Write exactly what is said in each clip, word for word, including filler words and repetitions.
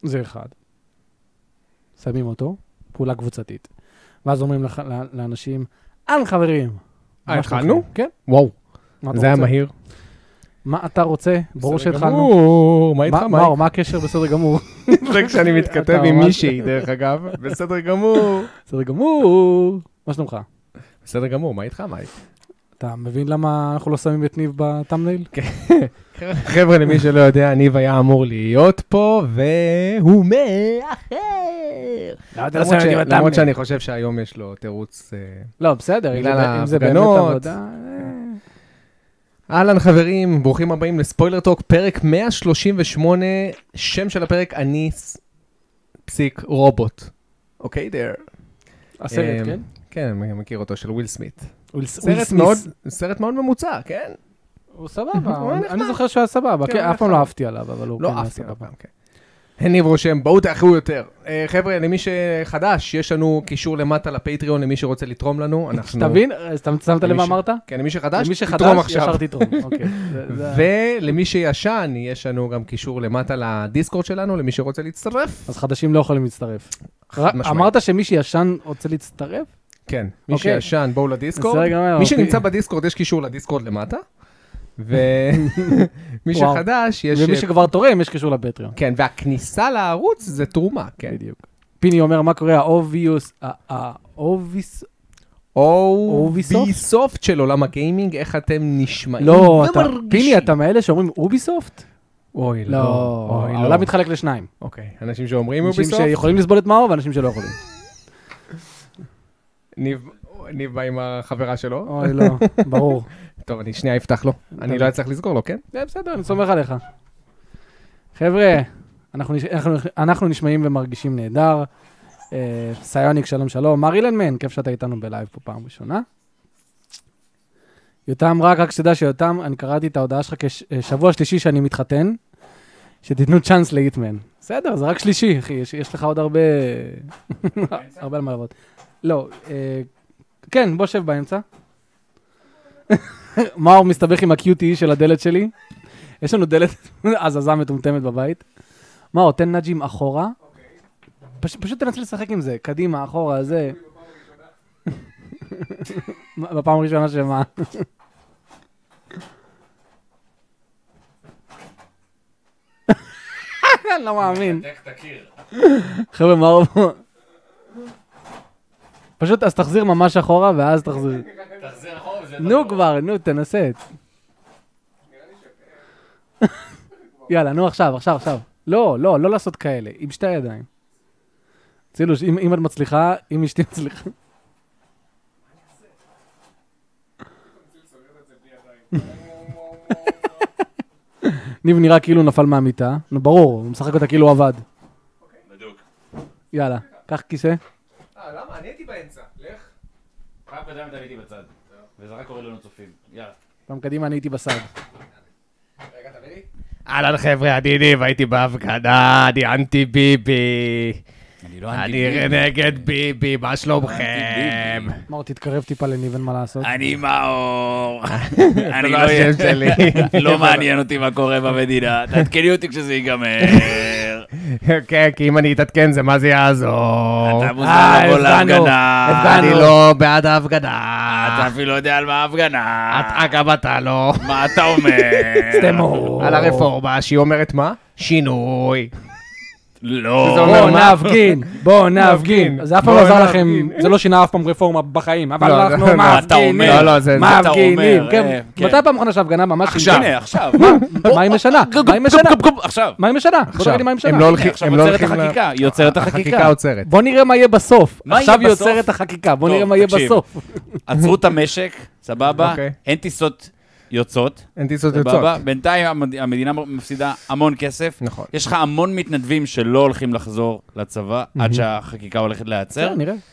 זה אחד. שמים אותו, פעולה קבוצתית. ואז אומרים לח... לאנשים, אין חברים. אה, התחלנו? כן. וואו. זה היה מהיר. מה אתה רוצה? ברור שהתחלנו. גמור, מה איתך, מייק? מה, מה הקשר בסדר גמור? זה כשאני מתכתב עם מישהי, דרך אגב. בסדר גמור. בסדר גמור. מה שלומך? בסדר גמור, מה איתך, מייק? אתה מבין למה אנחנו לא שמים את ניב בטאמנייל? חבר'ה, למי שלא יודע, ניב היה אמור להיות פה, והוא מאחר. למרות שאני חושב שהיום יש לו תירוץ... לא, בסדר, אם זה באמת עבודה... אהלן חברים, ברוכים הבאים לספוילר טוק, פרק מאה שלושים ושמונה, שם של הפרק, אני פסיק רובוט. אוקיי, there. הסרט, כן? כן, אני מכיר אותו, של וויל סמית. סרט סרט מאוד ממוצע, כן? הוא סבבה, אני זוכר שהוא היה סבבה, אף פעם לא אהבתי עליו, אבל הוא כן היה סבבה. הניב רושם, בואו תאחרו יותר. חבר'ה, למי שחדש, יש לנו קישור למטה לפטריון, למי שרוצה לתרום לנו. תבין? שמת לב מה אמרת? כן, למי שחדש, תתרום עכשיו. ישר תתרום, אוקיי. ולמי שישן, יש לנו גם קישור למטה לדיסקורד שלנו, למי שרוצה להצטרף. אז חדשים לא יכולים להצטרף. אמרת שמי שישן רוצה להצטרף? כן, מי שישן, בואו לדיסקורד. מי שנמצא בדיסקורד, יש קישור לדיסקורד למטה. ומי שחדש יש... ומי שכבר תורם יש קישור לפטריון. כן, והכניסה לערוץ זה תרומה, כן. בדיוק. פיני אומר, מה קורה? האוביוס... האוביס... אוביסופט של עולם הגיימינג, איך אתם נשמעים? לא, פיני, אתה מאלה שאומרים אוביסופט? אוי, לא. לא, העולם מתחלק לשניים. אוקיי, אנשים שאומרים אוביסופט? אנשים שיכולים לסבול את מאור ואנשים שלא יכולים. ניב בא עם החברה שלו? אוי, לא, ברור. טוב, אני שנייה אפתח לו. אני לא אצליח לסגור לו, כן? זה בסדר, אני סומך עליך. חבר'ה, אנחנו נשמעים ומרגישים נהדר. סיוניק, שלום שלום. מר אילנמן, כיף שאתה איתנו בלייב פה פעם ראשונה. יותם, רק רק שתדע שיותם, אני קראתי את ההודעה שלך כשבוע שלישי שאני מתחתן, שתיתנו צ'אנס לאיטמן. בסדר, זה רק שלישי, אחי, יש לך עוד הרבה... הרבה למעלבות. לא, כן, בוא שב באמצע. מה הוא מסתבך עם ה-קיו טי של הדלת שלי? יש לנו דלת הזזה מטומטמת בבית. מה, הוא תן נג'ים אחורה? פשוט תנסה לשחק עם זה, קדימה, אחורה, זה. בפעם הראשונה שמה? אני לא מאמין. חבר'ה, מה הוא... פשוט אז תחזיר ממש אחורה ואז תחזיר. תחזיר אחורה וזה... נו כבר, נו, תנסה. יאללה, נו עכשיו, עכשיו, עכשיו. לא, לא, לא לעשות כאלה, עם שתי הידיים. צילוש, אם את מצליחה, אם אשתי מצליחה. ניב נראה כאילו נפל מהמיטה. נו, ברור, הוא משחק אותה כאילו עבד. בדיוק. יאללה, קח כיסא. אה, למה? אני הייתי באמצע. לך. פעם קדמת אני הייתי בצד. וזה רק קורא לנו צופים. יאללה. פעם קדימה אני הייתי בסד. רגע, תביא לי. אהלן חבר'ה, אני ניב, הייתי בהפגנה, אני אנטי ביבי. אני לא אנטי ביבי. אני נגד ביבי, מה שלומכם? מאור, תתקרב טיפה לניב, אין מה לעשות. אני מאור. אני לא השם שלי. לא מעניין אותי מה קורה במדינה. תעדכני אותי כשזה ייגמר. כן, כי אם אני אתעדכן זה מה זה יעזור. אתה מוזמן לבוא להפגנה. אני לא בעד ההפגנה. אתה אפילו לא יודע על מה ההפגנה. אתה גם אתה לא. מה אתה אומר? סתמו. על הרפורמה שהיא אומרת מה? שינוי. לא. בוא נפגין, בוא נפגין. זה אף פעם לא עזר לכם, זה לא שינה אף פעם רפורמה בחיים, אבל אנחנו מפגינים. לא, לא, זה... מפגינים, כן. מתי פעם אחרונה שההפגנה ממש... עכשיו. הנה, עכשיו. מה היא משנה? מה היא משנה? עכשיו. מה היא משנה? בוא נראה לי מה היא משנה. הם לא הולכים... עכשיו יוצרת החקיקה. יוצרת החקיקה. החקיקה עוצרת. בוא נראה מה יהיה בסוף. עכשיו יוצרת החקיקה, בוא נראה מה יהיה בסוף. עצרו את המשק, סבבה? אין טיסות יוצאות. אין טיסות יוצאות. בינתיים המדינה מפסידה המון כסף. נכון. יש לך המון מתנדבים שלא הולכים לחזור לצבא, עד שהחקיקה הולכת להיעצר. נראה.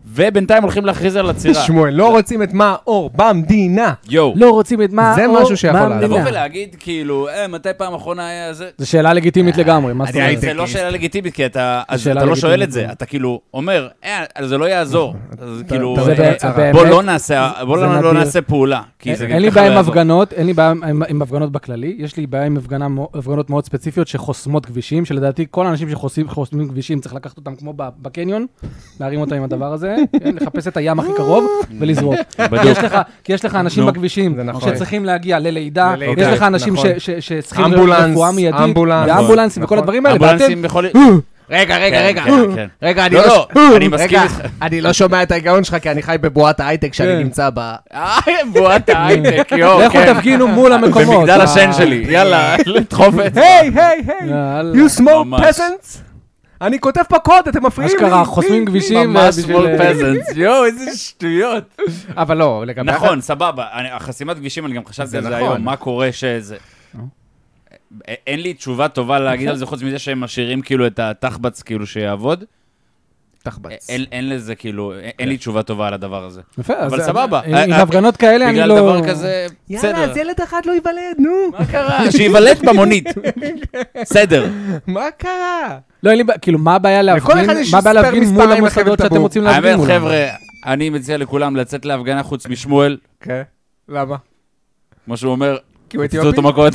ובינתיים הולכים להכריז על הצירה. שמואל, לא רוצים את מה אור במדינה. יו. לא רוצים את מה זה אור משהו שיכול לעזור. לבוא במדינה. ולהגיד, כאילו, אה, מתי פעם אחרונה היה זה? זו שאלה לגיטימית לגמרי, מה זאת אומרת? זה לא שאלה לגיטימית, כי אתה אז שאלה אתה לא שואל לגיטימית. את זה. אתה כאילו אומר, אה, זה לא יעזור. אז כאילו, זה אה, באמת- בוא לא נעשה בוא זה לא נדיר. נעשה פעולה. כי זה אין לי ככה בעיה לא עם יעזור. הפגנות, אין לי בעיה עם- עם הפגנות בכללי, יש לי בעיה עם הפגנה מו- הפגנות מאוד ספציפיות שחוסמות כבישים, שלדעתי כל האנשים שחוסמים כבישים צריך לקחת אותם כמו ב- בקניון, להרים אותם עם הדבר הזה, כן, לחפש את הים הכי קרוב ולזרוק. כי יש לך- כי יש לך אנשים נו, בכבישים זה נכון. שצריכים להגיע ללידה, ללידה, יש לך אנשים נכון. ש- ש- שצריכים אמבולנס, רפואה מיידית, אמבולנס. ואמבולנסים וכל נכון. הדברים האלה, אמבולנסים ואתם... יכול... רגע, רגע, כן, רגע. כן, כן. רגע, אני לא, לא... לא, אני מסכים רגע, איתך. אני לא שומע את ההיגיון שלך, כי אני חי בבועת ההייטק שאני כן. נמצא בה. אה, בועת ההייטק, יואו, לכו כן. תפגינו מול המקומות. במגדל אה, השן שלי, יאללה, לדחוף את זה. היי, היי, היי, יאללה. you small ממש. peasants? אני כותב פה קוד, אתם מפריעים לי. אשכרה, חוסמים כבישים. ממש בשביל- small peasants, יואו, איזה שטויות. אבל לא, לגבי... נכון, סבבה. אני- החסימת כבישים, אני גם חשבתי זה על זה נכון. היום, מה קורה שזה... א- אין לי תשובה טובה להגיד על זה, חוץ מזה שהם משאירים כאילו את התחבץ כאילו שיעבוד. תחבץ. אין אין לזה כאילו, אין- אין לי תשובה טובה על הדבר הזה. יפה, אז- אבל סבבה. עם אה, עם אה, הפגנות כאלה אני בגלל לא... דבר כזה, יאללה, בסדר. אז ילד אחד לא ייוולד, נו. מה קרה? שיוולד במונית. בסדר. מה קרה? לא, אין לי בעיה, כאילו, מה הבעיה להפגין, אחד יש מה הבעיה ספייר להפגין מול מספריים המוסדות לחבל שאתם טבור. רוצים להפגין האמת, מולם? חבר'ה, אני מציע לכולם לצאת להפגנה חוץ משמואל, כן. למה? כמו שהוא אומר, כי הוא תפצו אתיופי? אותו מכות.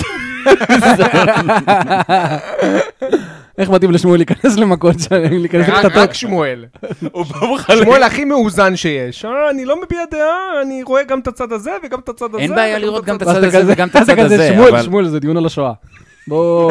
איך מתאים לשמואל להיכנס למכות שלהם, להיכנס רק- לקטטות? רק שמואל. הוא בא מחלק. שמואל הכי מאוזן שיש. אה, אני לא מביע דעה, אני רואה גם את הצד הזה וגם את הצד הזה. אין בעיה וגם לראות גם את ואז הצד אתה הזה כזה- וגם את אז אתה הצד כזה, הזה, שמואל, אבל שמואל, זה דיון על השואה. בוא...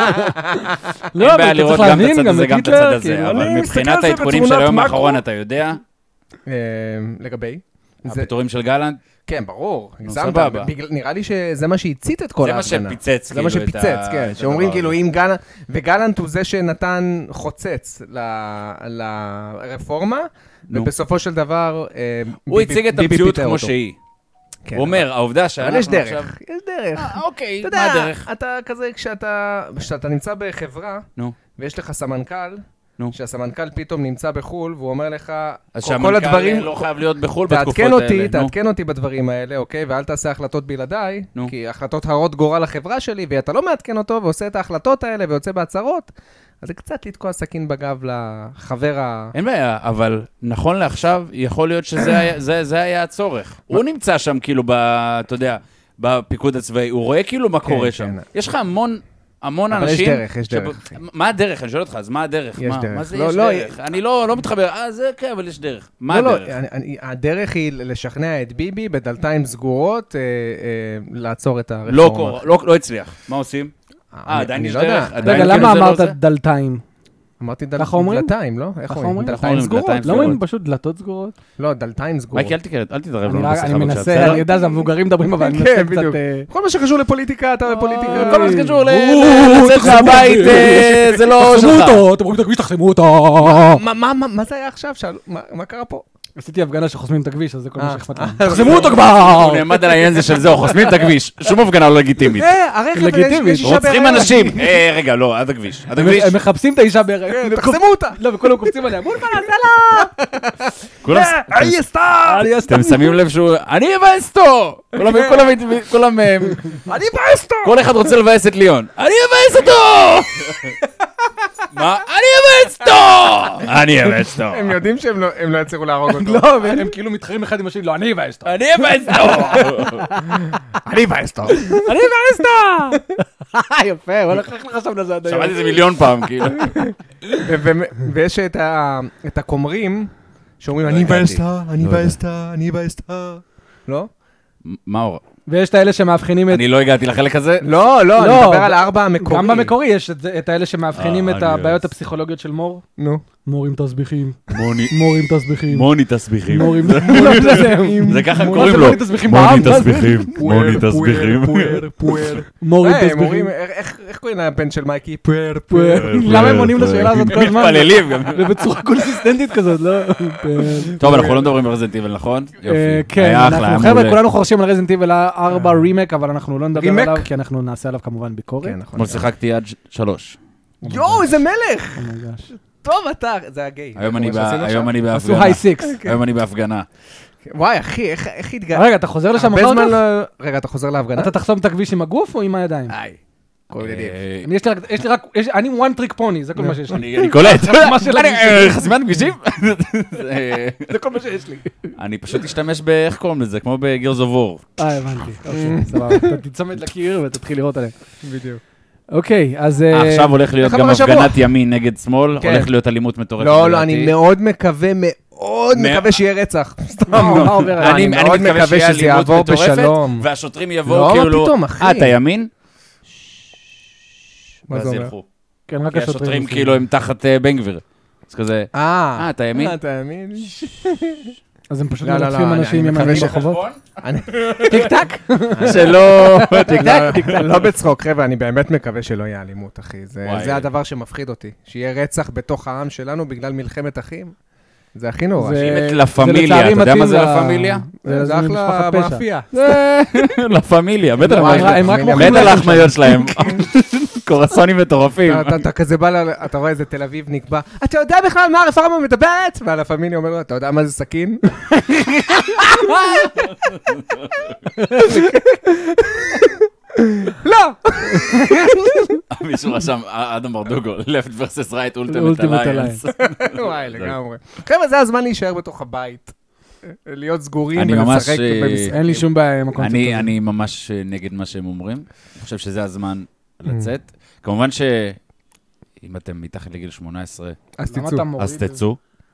לא, אין אבל בעיה אתה לראות צריך גם את להבין, הצד הזה, את גם את היטלר, הצד הזה, כאילו, אבל אני מסתכל מבחינת על זה העדכונים של בתמונת היום מקרו. האחרון, אתה יודע, אה, לגבי? זה- הפיטורים של גלנט, כן, ברור. נו, הגזמת. סבבה. בגלל- נראה לי שזה מה שהצית את כל זה מה ההפגנה. שפיצץ, זה מה כאילו, את שפיצץ, ה- כן. את שאומרים הדבר כאילו, הזה. אם גלנט... וגלנט הוא זה שנתן חוצץ ל- לרפורמה, נו. ובסופו של דבר... אה, הוא ביבי- הציג את ביבי המציאות פיטר כמו אותו. שהיא. כן, הוא אומר, העובדה שאנחנו אבל יש עכשיו... דרך, יש דרך. אה, אוקיי, אתה מה יודע, הדרך? אתה כזה, כשאתה כשאתה נמצא בחברה, נו. ויש לך סמנכ"ל, נו. שהסמנכ"ל פתאום נמצא בחול, והוא אומר לך, אז כל- כל הדברים... שהמנכ"ל לא חייב להיות בחו"ל בתקופות תעדכן האלה. אותי, נו. תעדכן אותי בדברים האלה, אוקיי? ואל תעשה החלטות בלעדיי, נו. כי החלטות הרות גורל לחברה שלי, ואתה לא מעדכן אותו ועושה את ההחלטות האלה ויוצא בהצהרות, אז זה קצת לתקוע סכין בגב לחבר ה... אין בעיה, אבל נכון לעכשיו, יכול להיות שזה היה- זה- זה היה הצורך. הוא נמצא שם כאילו, ב- אתה יודע, בפיקוד הצבאי, הוא רואה כאילו מה קורה כן. שם. יש לך המון... המון אבל יש אנשים... דרך, יש שב- דרך, אחי. מה הדרך? אני שואל אותך, אז מה הדרך? יש מה- דרך. מה זה לא, יש לא, דרך? אני לא לא מתחבר, אה, זה כן, אבל יש דרך. מה לא, הדרך? לא, אני- אני- הדרך היא לשכנע את ביבי בדלתיים סגורות, אה, אה, לעצור את הרפורמה. לא קורה, לא לא הצליח. מה עושים? אה, אני- עדיין אני יש לא יודע. דרך? עדיין רגע, כאילו למה זה לא אמרת זה? דלתיים? אמרתי דל- ככה אומרים? דלתיים, לא? איך ככה אומרים? אומרים? דלתיים אומרים סגורות. דלתיים לא סגורות. אומרים פשוט דלתות סגורות? לא, דלתיים סגורות. מייקי, אל תקרב- אל תתערב אני לנו רק- בשיחה אני בבקשה, מנסה, בסדר? אני יודע, זה המבוגרים מדברים, אבל אני כן, מנסה קצת... בדיוק. אה, כל מה שקשור לפוליטיקה, אתה בפוליטיקה. כל מה שקשור ל- או, לצאת תחסמו מהבית, אותי. אה, זה לא תחסמו שלך. אותו, אתם רואים את הכביש, תחסמו אותו. מה- מה- מה מה זה היה עכשיו? שאלו- מה מה קרה פה? עשיתי הפגנה שחוסמים את הכביש, אז זה כל מה אה. שאכפת לנו. תחסמו אותו כבר! הוא נעמד על העניין הזה של זהו, חוסמים את הכביש. שום הפגנה לא לגיטימית. אה, הרכב, לגיטימי. יש אישה רוצחים בהיריון. אנשים. אה, רגע, לא, עד הכביש. עד הם הכביש. הם מחפשים את האישה בהיריון. תחסמו אותה. לא, וכולם קופצים עליה. מול פרס, יאללה! כולם... היי, סתם! אתם שמים לב שהוא... אני אבאסטו! כולם... כולם... כולם... אה, אני באסטו! כל אחד רוצה לבאס את ליאון. אני אבאס אותו! מה? אני אבאס אותו! אני אבאס אותו! הם יודעים שהם לא- הם לא יצליחו להרוג אותו. לא, והם הם כאילו מתחרים אחד עם השני, לא, אני אבאס אותו. אני אבאס אותו! אני באסטו. אני אבאס אותו! יפה, וואלה, איך חשבנו על זה עד היום? שמעתי את זה מיליון פעם, כאילו. ו- ויש את ה- את הכומרים שאומרים, אני הגעתי. באסטה, אני לא יודע. באסטה, אני באסטה. לא? מה הוא... ויש את האלה שמאבחנים את... אני לא הגעתי לחלק הזה. לא, לא, אני לא, מדבר על הארבע המקורי. גם במקורי יש את זה- את האלה שמאבחנים אה, את אני הבעיות יודע. הפסיכולוגיות של מור. נו. מורים תסביכים, מוני... מורים תסביכים, מוני תסביכים. מורים... לא, זהו. זה ככה הם מה קוראים זה לו. מוני תסביכים בעם? מה זה? מוני תסביכים. פואר, פואר. מורים אה, הם תסביכים. אומרים, איך- איך איך קוראים לבן של מייקי? פואר, פואר. פואר. למה הם עונים לשאלה הזאת כל הזמן? מתפללים גם. ובצורה קונסיסטנטית כזאת, לא? טוב, אנחנו לא מדברים על רזנט איבל, נכון? אה, יופי. כן, היה אחלה, היה אנחנו חבר'ה, מעולה. כולנו חורשים על רזנט איבל ארבע רימק, אבל אנחנו לא נדבר רימק? עליו, כי אנחנו נעשה עליו כמובן ביקורת. כן, נכון. אתמול שיחקתי עד ש- שלוש. יואו, איזה מלך! Oh my gosh. טוב אתה, זה הגיי. היום אני ב- היום אני עשו בהפגנה. היי סיקס. היום אני בהפגנה. וואי, אחי, איך- איך התגע... רגע, אתה חוזר לשם הרבה אחר זמן כך? לא... רגע, אתה חוזר להפגנה? אתה תחסום את הכביש עם הגוף או עם הידיים? איי. כל מיני. אה, אני יש לי רק, יש לי רק, יש- אני one trick pony, זה כל מה שיש לי. אני אני קולט. מה של אני- הכבישים? אה, חסימת כבישים? זה- זה כל מה שיש לי. אני פשוט אשתמש ב... איך קוראים לזה? כמו בגירס אוף וור. אה, הבנתי. אוקיי, סבבה. אתה תצמד לקיר ותתחיל לראות עליהם. בדיוק. אוקיי, אז... אה, אה, עכשיו הולך להיות איך גם עבר השבוע? הפגנת ימין נגד שמאל, כן. הולך להיות אלימות מטורפת. לא, לא, לדעתי. אני מאוד מקווה, מאוד מא- מקווה שיהיה רצח. סתם. מה מה עובר אני עליי? אני אני מאוד מתכוון מקווה שיהיה שזה אלימות יעבור מטורפת, בשלום. והשוטרים לא, יבואו מה כאילו... פתאום, אחי? אה, אתה ימין? מה ואז זה אומר? ילכו. כן, רק כי השוטרים. השוטרים עושים. כאילו הם תחת אה, בן גביר. אז כזה... אה. אה, אתה ימין? אה, אתה ימין? אז הם פשוט לא, לא, מרדפים לא, אני- אנשים אני ימניים מקווה ברחובות. אני- טיק טק. שלא... לא, לא בצחוק, חבר'ה, אני באמת מקווה שלא יהיה אלימות, אחי. זה וואי. זה הדבר שמפחיד אותי. שיהיה רצח בתוך העם שלנו בגלל מלחמת אחים. זה הכי נורא. זה- את לה זה פמיליה, לצערי אתה יודע מה מתאים זה ל- לה פמיליה? זה זה משפחת אחלה פשע. מאפייה. לה פמיליה, בטח. הם וואי, רק- הם רק מת מוכרים מת על לחם ההחמיות שלהם. קורסונים מטורפים. אתה- אתה- אתה כזה בא, ל- אתה רואה איזה תל אביב נקבע, אתה יודע בכלל מה הרפורמה מדברת? ועל הפמיליה אומר לו, אתה יודע מה זה סכין? לא! מישהו רשם, אדם ברדוגו, left versus right, ultimate Ultimate alliance. וואי, לגמרי. חבר'ה, זה הזמן להישאר בתוך הבית. להיות סגורים אני ממש, ולשחק אה, במשחק. אין לי שום בעיה עם הקונספט אני, הזה. אני ממש אה, נגד מה שהם אומרים. אני חושב שזה הזמן לצאת. כמובן שאם אתם מתחת לגיל שמונה עשרה, אז למה תצאו. אתה מוריד אז את זה? תצאו.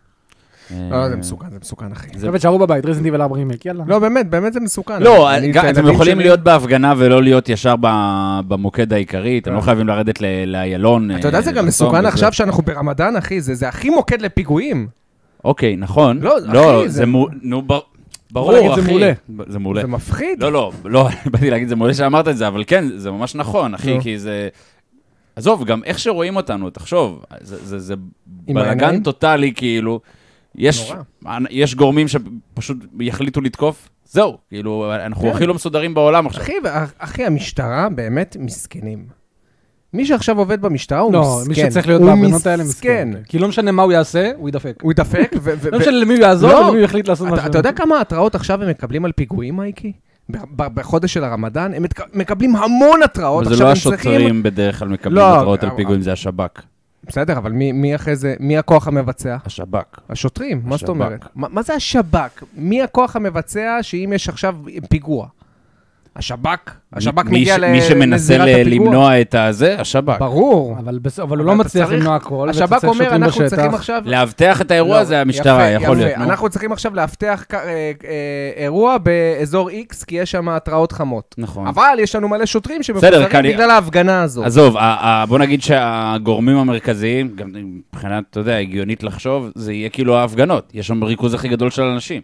לא, זה מסוכן, זה מסוכן, אחי. זה- חבר'ה, תשארו בבית, רזינט איבל ארבע רימייק, יאללה. לא, באמת, באמת זה מסוכן. לא, אני- גם- את אתם הילדים יכולים שלי- להיות בהפגנה ולא להיות ישר ב- במוקד העיקרי, אתם לא חייבים לרדת ל- לאיילון. אתה יודע, זה אה, גם לחסום מסוכן וזה. עכשיו שאנחנו ברמדאן, אחי, זה זה הכי מוקד לפיגועים. אוקיי, נכון. לא, לא, אחי, זה זה- מו- נו, בר- להגיד, ברור, זה אחי. מעולה. זה מעולה. זה מפחיד. לא, לא, לא, באתי להגיד, זה מעולה שאמרת את זה, אבל כן, זה ממש נכון, אחי, נו. כי זה... עזוב, גם איך שרואים אותנו, תחשוב, זה- זה זה עם בלגן העיניים? טוטאלי, כאילו, יש יש גורמים שפשוט יחליטו לתקוף, זהו, כאילו, אנחנו כן. הכי לא מסודרים בעולם עכשיו. אחי, וה- אחי, המשטרה באמת מסכנים. מי שעכשיו עובד במשטרה הוא לא, מסכן. מי שצריך להיות הוא בהפגנות האלה מסכן. כי לא משנה מה הוא יעשה, הוא ידפק. הוא ידפק, ו... ו- לא ו- משנה למי הוא יעזור לא. ולמי הוא יחליט לעשות אתה- משהו. אתה יודע כמה התראות עכשיו הם מקבלים על פיגועים, מייקי? ב- ב- בחודש של הרמדאן, הם מתק- מקבלים המון התראות. אבל זה עכשיו לא הם צריכים- השוטרים בדרך כלל מקבלים לא, התראות על אבל- פיגועים, זה השב"כ. בסדר, אבל מי מי אחרי זה, מי הכוח המבצע? השב"כ. השוטרים, מה זאת השב"כ. אומרת? מה מה זה השב"כ? מי הכוח המבצע שאם יש עכשיו פיגוע? השב"כ? השב"כ מי מגיע ש- ל- מי שמנסה לזירת ל- הפיגוע? למנוע את הזה, השב"כ. ברור. אבל בס- אבל הוא אבל לא אתה מצליח צריך- למנוע הכל. ואתה השב"כ צריך אומר, שוטרים אנחנו בשטח. צריכים עכשיו... לאבטח את האירוע לא, הזה, המשטרה, יפה, יכול יפה. להיות, נו. אנחנו צריכים עכשיו לאבטח כ- אה, אה, אירוע באזור X, כי יש שם התראות חמות. נכון. אבל יש לנו מלא שוטרים בסדר, שמפוזרים כנראה- בגלל ההפגנה הזאת. עזוב, ה- ה- בוא נגיד שהגורמים המרכזיים, גם מבחינת, אתה יודע, הגיונית לחשוב, זה יהיה כאילו ההפגנות. יש שם ריכוז הכי גדול של אנשים.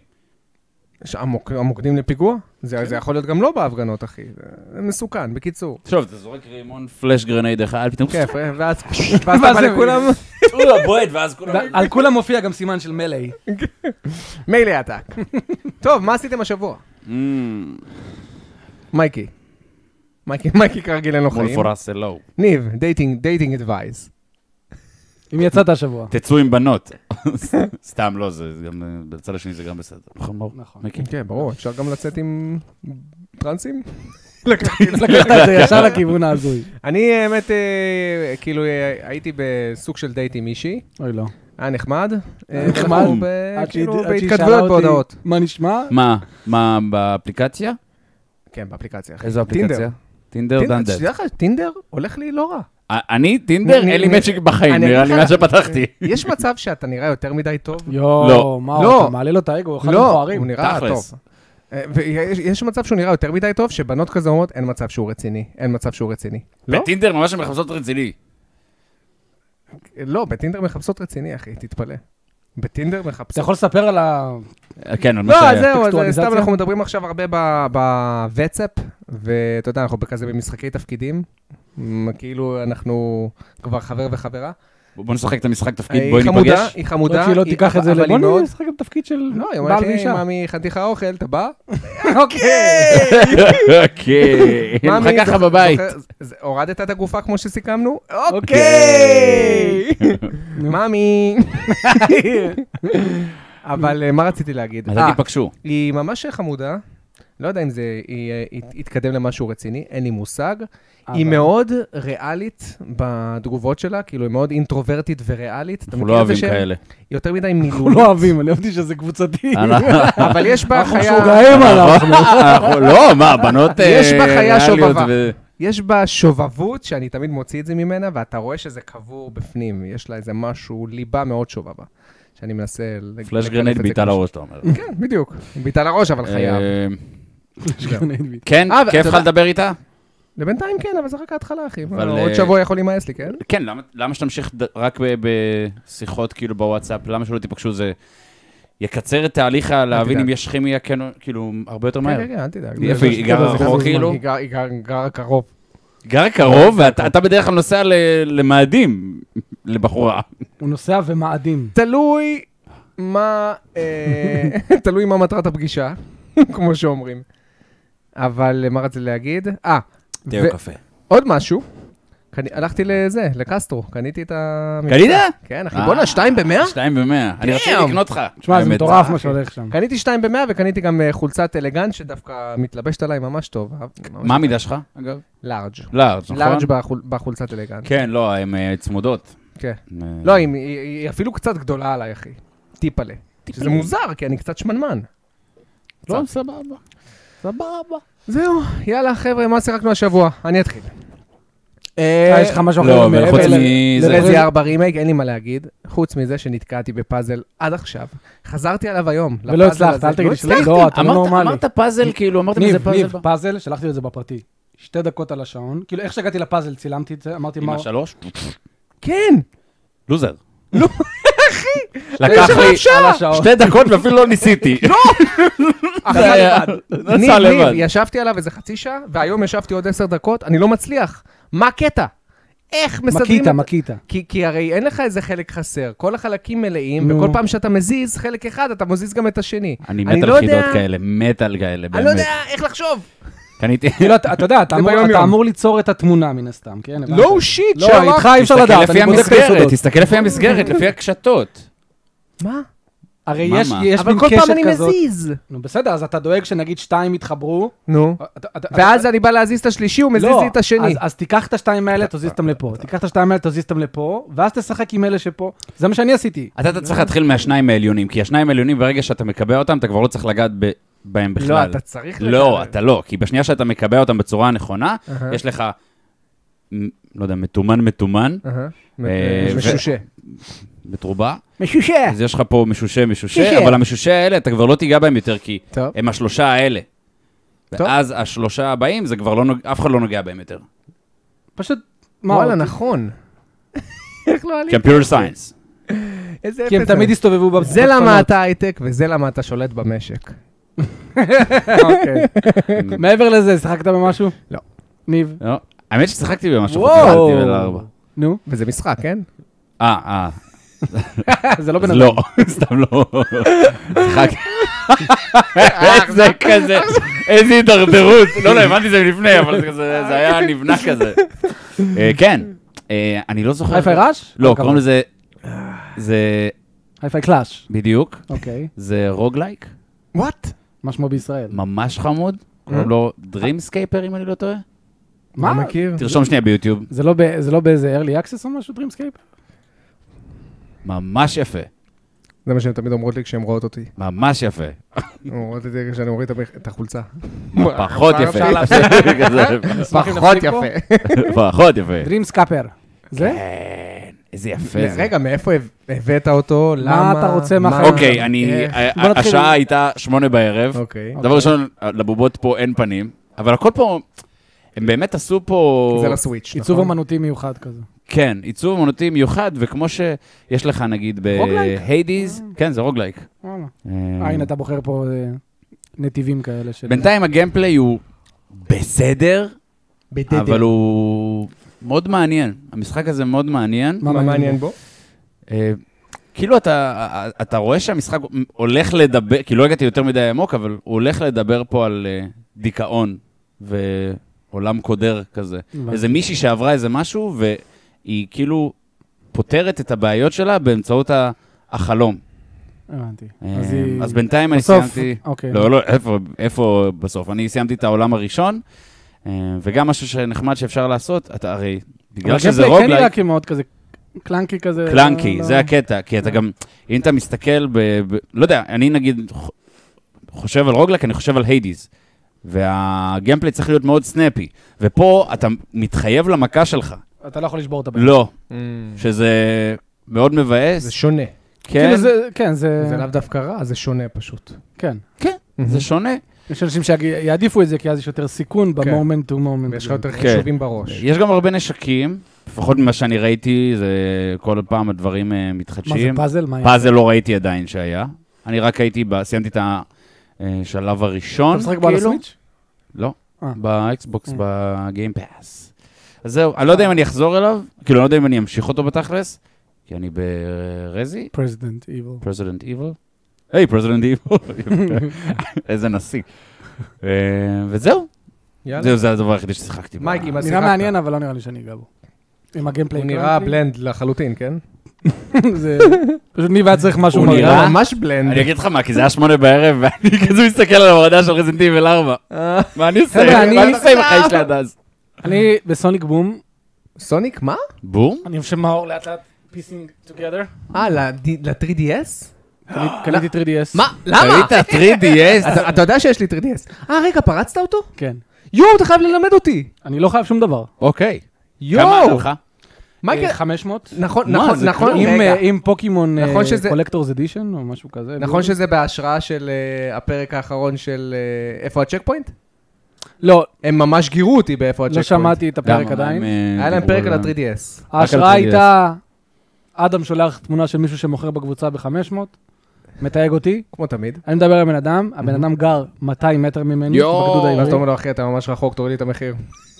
יש המוק- המוקדים לפיגוע? זה זה יכול להיות גם לא בהפגנות, אחי. זה- זה מסוכן, בקיצור. עכשיו, אתה זורק רימון פלאש גרנייד אחד, פתאום... כיף, אה, ואז ואז אתה בא זה- לכולם, הוא בועט, ואז כולם... על כולם מופיע גם סימן של מלאי. מילא עתק. טוב, מה עשיתם השבוע? Mm, מייקי. מייקי, מייקי כרגיל אין לו מול חיים. פורס אלו. ניב, דייטינג, דייטינג אדווייז. אם יצאת השבוע. תצאו עם בנות. סתם לא, זה גם, בצד השני זה גם בסדר. נכון, ברור. נכון. מיקי. כן, ברור, אפשר גם לצאת עם טרנסים? לקחת את זה ישר לכיוון ההזוי. אני, האמת, אה, כאילו, אה, הייתי בסוג של דייט עם מישהי, אוי לא. היה נחמד. אה, נחמד. ואנחנו ב- עד שהיא- כאילו עד שהיא בהתכתבויות שאלה אותי, בהודעות. מה נשמע? מה? מה, באפליקציה? כן, באפליקציה. אחי. איזו אפליקציה? טינדר. טינדר טינדר, דנדד. שתדע לך, טינדר הולך לי לא רע. אני, טינדר, אני- אין לי אני- מצ'יק בחיים, אני נראה אגיד לי לך- מה שפתחתי. יש מצב שאתה נראה יותר מדי טוב? יואו, לא. מה, לא. אתה מעלה לו את האגו, הוא אחד לא, המכוערים. הוא נראה תכלס. טוב. אה, ויש יש מצב שהוא נראה יותר מדי טוב, שבנות כזה אומרות, אין מצב שהוא רציני, אין מצב שהוא רציני. לא? בטינדר ממש הם מחפשות רציני. לא, בטינדר מחפשות רציני, אחי, תתפלא. בטינדר אתה מחפשות... יכול לספר על ה... כן, על מה לא, שהיה. זהו, אז טקסטואליזציה? סתם אנחנו מדברים עכשיו הרבה ב- בוואטסאפ, ואתה יודע, אנחנו כזה במשחקי תפקידים, מ, כאילו אנחנו כבר חבר וחברה. בוא נשחק את המשחק תפקיד, היא בואי חמודה, ניפגש. היא חמודה. עוד שהיא לא היא- תיקח את זה אבל ל... היא בוא מאוד- נשחק עם תפקיד של לא, היא בעל אומרת לי, ואישה. מאמי, הכנתי לך אוכל, אתה בא? אוקיי. אוקיי. אני מאמי, מחכה לך זוכר- בבית. זוכר- זה- הורדת את הגופה כמו שסיכמנו? אוקיי. נו, מאמי. אבל אה, מה רציתי להגיד? מתי אה, תיפגשו? היא ממש חמודה. לא יודע אם זה היא, אה, היא יתקדם למשהו רציני, אין לי מושג. היא מאוד ריאלית בתגובות שלה, כאילו היא מאוד אינטרוברטית וריאלית. אנחנו לא אוהבים כאלה. יותר מדי אנחנו מילולית. לא אוהבים, אני אוהבתי שזה קבוצתי. אבל יש בה אנחנו חיה... משוגעים אנחנו. לא, מה, בנות יש בה חיה ריאליות שובבה. ו- יש בה שובבות, שאני תמיד מוציא את זה ממנה, ואתה רואה שזה קבור בפנים. יש לה איזה משהו, ליבה מאוד שובבה. שאני מנסה... לג- פלאש לגלף גרנד את זה בעיטה כמו ש- לראש, אתה אומר. כן, בדיוק. בעיטה לראש, אבל חייב. אה, זהו. כן, אה, כיף ואתה לך יודע- לדבר איתה? לבינתיים כן, אבל זה רק ההתחלה, אחי. אבל, עוד אה, שבוע יכול להימאס לי, כן? כן, למה- למה שתמשיך ד- רק ב- בשיחות כאילו בוואטסאפ? למה שלא תיפגשו? זה יקצר את תהליך להבין תדאג. אם יש כימיה, כן, כאילו, הרבה יותר מהר. כן, כן, כן, אל תדאג. איפה זה- היא? זה- גרה זה- רחוק, זה- כאילו? היא גר- היא גר- גרה קרוב. גר קרוב, ואתה בדרך כלל נוסע ל- למאדים, לבחורה. הוא נוסע ומאדים. תלוי מה... אה, תלוי מה מטרת הפגישה, כמו שאומרים. אבל מה רציתי להגיד? אה, תה ו- או קפה. עוד משהו. קני- הלכתי לזה, לקסטרו, קניתי את המבצע. קנית? כן, אחי, אה, בוא'נה, שתיים במאה? שתיים במאה. אני רציתי Damn. לקנות לך. תשמע, זה האמת. מטורף מה שהולך שם. קניתי שתיים במאה וקניתי גם אה, חולצת אלגנט שדווקא מתלבשת עליי ממש טוב. אהבתי, ממש מה המידה שלך, אגב? לארג'. לארג', נכון? לארג' בחול- בחולצת אלגנט. כן, לא, הן אה, צמודות. כן. אה, לא, היא- היא היא אפילו קצת גדולה עליי, אחי. טיפלה. שזה מוזר, כי אני קצת שמנמן. לא, סבבה. סבבה. זהו, יאללה, חבר'ה, מה שיחקנו השבוע? אני אתחיל. אה, יש לך משהו לא, אחר אבל מעבר חוץ ל- מזה- לרזי- רזי ארבע רימייק, אין לי מה להגיד. חוץ מזה שנתקעתי בפאזל עד עכשיו. חזרתי עליו היום. ולא לפאזל הצלחת, הזה. אל תגיד לי שלא, הצלחתי. לא, אתה לא אמרת- נורמלי. אמרת פאזל, כאילו, אמרת מזה ניב, פאזל. ניב, ב- פאזל, שלחתי לו את זה בפרטי. שתי דקות על השעון. כאילו, איך שהגעתי לפאזל, צילמתי את זה, אמרתי עם מה... השלוש? כן. לוזר. לא, לקח יש לי אפשר. על השעון. שתי דקות ואפילו לא ניסיתי. אחי, זה היה- ניב, נסע ניב, לבד. ישבתי עליו איזה חצי שעה, והיום ישבתי עוד עשר דקות, אני לא מצליח. מה הקטע? איך מסדרים... מקיטה, את- מקיטה. כי, כי הרי אין לך איזה חלק חסר, כל החלקים מלאים, נו. וכל פעם שאתה מזיז חלק אחד, אתה מזיז גם את השני. אני אני מת לא על חידות יודע- כאלה, מת על כאלה, אני לא באמת. יודע איך לחשוב. קניתי... כאילו, אתה אתה יודע, אתה זה אמור- ביום אתה יום. אמור ליצור את התמונה מן הסתם, כן? הבנת? לא שיט, לא, איתך אי אפשר תסתכל לדעת, לפי אני בודק את המסגרת, היסודות. תסתכל לפי המסגרת, לפי הקשתות. מה? הרי מה, יש מה? יש אבל מין כל פעם קשת אני כזאת. מזיז. נו בסדר, אז אתה דואג שנגיד שתיים יתחברו. נו. אתה- אתה- ואז אני בא להזיז את השלישי, הוא מזיז לא, לי את השני. אז- אז תיקח את השתיים האלה, תזיז אותם לפה. תיקח את השתיים האלה, תזיז אותם לפה, ואז תשחק עם אלה שפה. זה מה שאני עשיתי. אתה אתה צריך להתחיל מהשניים העליונים, כי השניים העליונים, ברגע שאתה מקבע אותם, אתה כבר לא צריך לגעת ב- בהם בכלל. לא, אתה צריך... לא, לקבל. אתה לא, כי בשנייה שאתה מקבע אותם בצורה הנכונה, אהה. יש לך, מ- לא יודע, מתומן מתומן, אהה. אה, משושה. מתרובע, משושה. אז יש לך פה משושה משושה, משושה. אבל המשושה האלה, אתה כבר לא תיגע בהם יותר, כי טוב. הם השלושה האלה. טוב. ואז השלושה הבאים, זה כבר לא, נוג- אף אחד לא נוגע בהם יותר. פשוט, מה וואלה, עוד? נכון. איך לא עליתי? Computer Science. איזה כי הם אפס תמיד אני. הסתובבו בבחנות. זה למה אתה הייטק וזה למה אתה שולט במשק. אוקיי. מעבר לזה, שיחקת במשהו? לא. ניב? לא, האמת ששיחקתי במשהו, וואו. חזרתי לארבע. נו, וזה משחק, כן? אה, אה, זה לא אז בן לא, סתם לא. שיחקתי. איזה כזה, איזה הידרדרות. לא, לא, הבנתי את זה לפני, אבל זה כזה- זה היה נבנה כזה. אה, כן, אה, אני לא זוכר. הייפיי ראש? לא, קוראים לזה, זה הייפיי קלאש. בדיוק, אוקיי. זה רוגלייק, וואט? מה שמו בישראל? ממש חמוד. קוראים לו דרימסקייפר, אם אני לא טועה. מה? לא מכיר? תרשום שנייה ביוטיוב. זה לא ב- זה לא באיזה early access או משהו, דרימסקייפ? ממש יפה, זה מה שהן תמיד אומרות לי כשהן רואות אותי. ממש יפה. הן אומרות לי כשאני מוריד את המח- את החולצה. פחות אפשר יפה. להפסיק? כזה, פחות נפסיק פה? יפה. פחות יפה. דרימסקאפר. זה? כן, איזה יפה זה. רגע, מאיפה הב- הבאת אותו? מה למה? אתה רוצה מהחיים? אוקיי, אני, איך? ה- בוא נתחיל. השעה הייתה שמונה בערב. אוקיי. דבר ראשון, לבובות פה אין פנים, אבל הכל פה, הם באמת עשו פה... זה לסוויץ', עיצוב נכון? אמנותי מיוחד כזה. כן, עיצוב אמנותי מיוחד, וכמו שיש לך נגיד רוגלייק? בהיידיז, כן, זה רוגלייק. וואלה. אה, אה, הנה, אתה בוחר פה אה, נתיבים כאלה של... בינתיים הגיימפליי הוא בסדר, בדדר. אבל הוא מאוד מעניין. המשחק הזה מאוד מעניין. מה מה מעניין בו? אה, כאילו אתה, אתה רואה שהמשחק הולך לדבר, כי לא הגעתי יותר מדי עמוק, אבל הוא הולך לדבר פה על אה, דיכאון ועולם קודר כזה. הבנתי. איזה מישהי שעברה איזה משהו, והיא כאילו פותרת את הבעיות שלה באמצעות החלום. הבנתי. אז בינתיים אני סיימתי... לא, לא, איפה בסוף? אני סיימתי את העולם הראשון, וגם משהו שנחמד שאפשר לעשות, אתה הרי, בגלל שזה רוגלייק... כן נראה כמאוד כזה, קלנקי כזה... קלנקי, זה הקטע, כי אתה גם, אם אתה מסתכל ב... לא יודע, אני נגיד חושב על רוגלייק, אני חושב על היידיז, והגיימפליי צריך להיות מאוד סנאפי, ופה אתה מתחייב למכה שלך. אתה לא יכול לשבור את הבן. לא, שזה מאוד מבאס. זה שונה. כן, כן, זה... זה לאו דווקא רע, זה שונה פשוט. כן. כן, זה שונה. יש אנשים שיעדיפו את זה, כי אז יש יותר סיכון במומנט טו מומנט. ויש לך יותר חישובים בראש. יש גם הרבה נשקים, לפחות ממה שאני ראיתי, זה כל פעם הדברים מתחדשים. מה זה פאזל? פאזל לא ראיתי עדיין שהיה. אני רק הייתי, סיימתי את השלב הראשון. אתה משחק בו על הסוויץ'? לא, באקסבוקס, בגיים פאס. אז זהו, אני לא יודע אם אני אחזור אליו, כאילו אני לא יודע אם אני אמשיך אותו בתכלס, כי אני ברזי. President Evil. President Evil. היי, President Evil. איזה נשיא. וזהו. זהו, זה הדבר היחידי ששיחקתי. מייק, אם נראה מעניין, אבל לא נראה לי שאני אגע בו. עם הגיימפליי. הוא נראה בלנד לחלוטין, כן? זה... פשוט ניבה צריך משהו... הוא נראה ממש בלנד. אני אגיד לך מה, כי זה היה שמונה בערב, ואני כזה מסתכל על ההורדה של רזינט איבל ארבע. מה אני עושה? מה אני עושה עם החיים שלי עד אז? אני בסוניק בום. סוניק, מה? בום? אני חושב מאור לאט לאט piecing together. אה, ל-תרי די אס? קניתי תרי די אס. מה? למה? קנית תרי די אס? אתה יודע שיש לי תרי די אס. אה, רגע, פרצת אותו? כן. יואו, אתה חייב ללמד אותי. אני לא חייב שום דבר. אוקיי. יואו. כמה עלה לך? חמש מאות. נכון, נכון, נכון. עם פוקימון קולקטורס אדישן או משהו כזה. נכון שזה בהשראה של הפרק האחרון של איפה הצ'ק פוינט? לא. הם ממש גירו אותי באיפה הצ'ק לא פוינט. שמעתי את הפרק עדיין. היה להם פרק על ה-תרי די אס. ההשראה הייתה, אדם שולח תמונה של מישהו שמוכר בקבוצה ב-חמש מאות, מתייג אותי. כמו תמיד. אני מדבר עם בן אדם, הבן אדם גר מאתיים מטר ממני, בגדוד העברי. ואז אתה אומר לו, אחי, אתה ממש רחוק, תוריד לי את המחיר.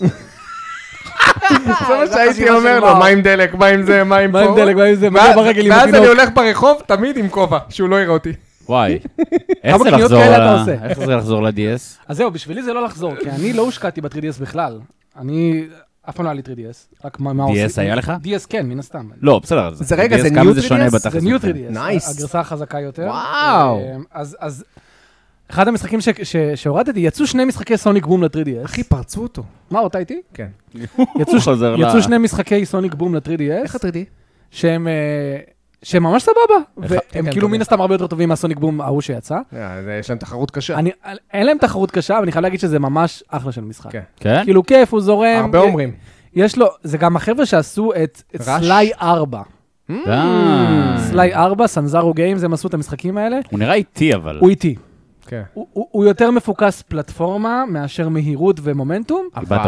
זה מה שהייתי אומר לו, מה עם דלק, מה עם זה, מה עם פה. מה עם דלק, מה עם זה, מה ברגל עם התינוק. ואז אני הולך ברחוב, תמיד עם כובע, שהוא לא יראה אותי. וואי. איך זה לחזור ל... איך זה לחזור ל-די אס? אז זהו, בשבילי זה לא לחזור, כי אני לא הושקעתי ב-תרי די אס בכלל. אני... אף פעם לא היה לי תרי די אס. רק מה עושים? די אס היה לך? די אס כן, מן הסתם. לא, בסדר. זה רגע, זה ניו תרי די אס? זה ניו תרי די אס. נייס. הגרסה החזקה יותר. וואו. אז... אחד המשחקים שהורדתי, יצאו שני משחקי סוניק בום ל-תרי די אס. אחי, פרצו אותו. מה, אותה איתי? כן. יצאו שני משחקי סוניק בום ל-תרי די אס. איך ה-תרי די? שהם... שהם ממש סבבה, והם כאילו מן הסתם הרבה יותר טובים מהסוניק בום ההוא שיצא. יש להם תחרות קשה. אין להם תחרות קשה, אבל אני חייב להגיד שזה ממש אחלה של משחק. כן? כאילו כיף, הוא זורם. הרבה אומרים. יש לו, זה גם החבר'ה שעשו את סליי ארבע. סליי ארבע, סנזרו גיימס, הם עשו את המשחקים האלה. הוא נראה איטי אבל. הוא איטי. הוא יותר מפוקס פלטפורמה מאשר מהירות ומומנטום,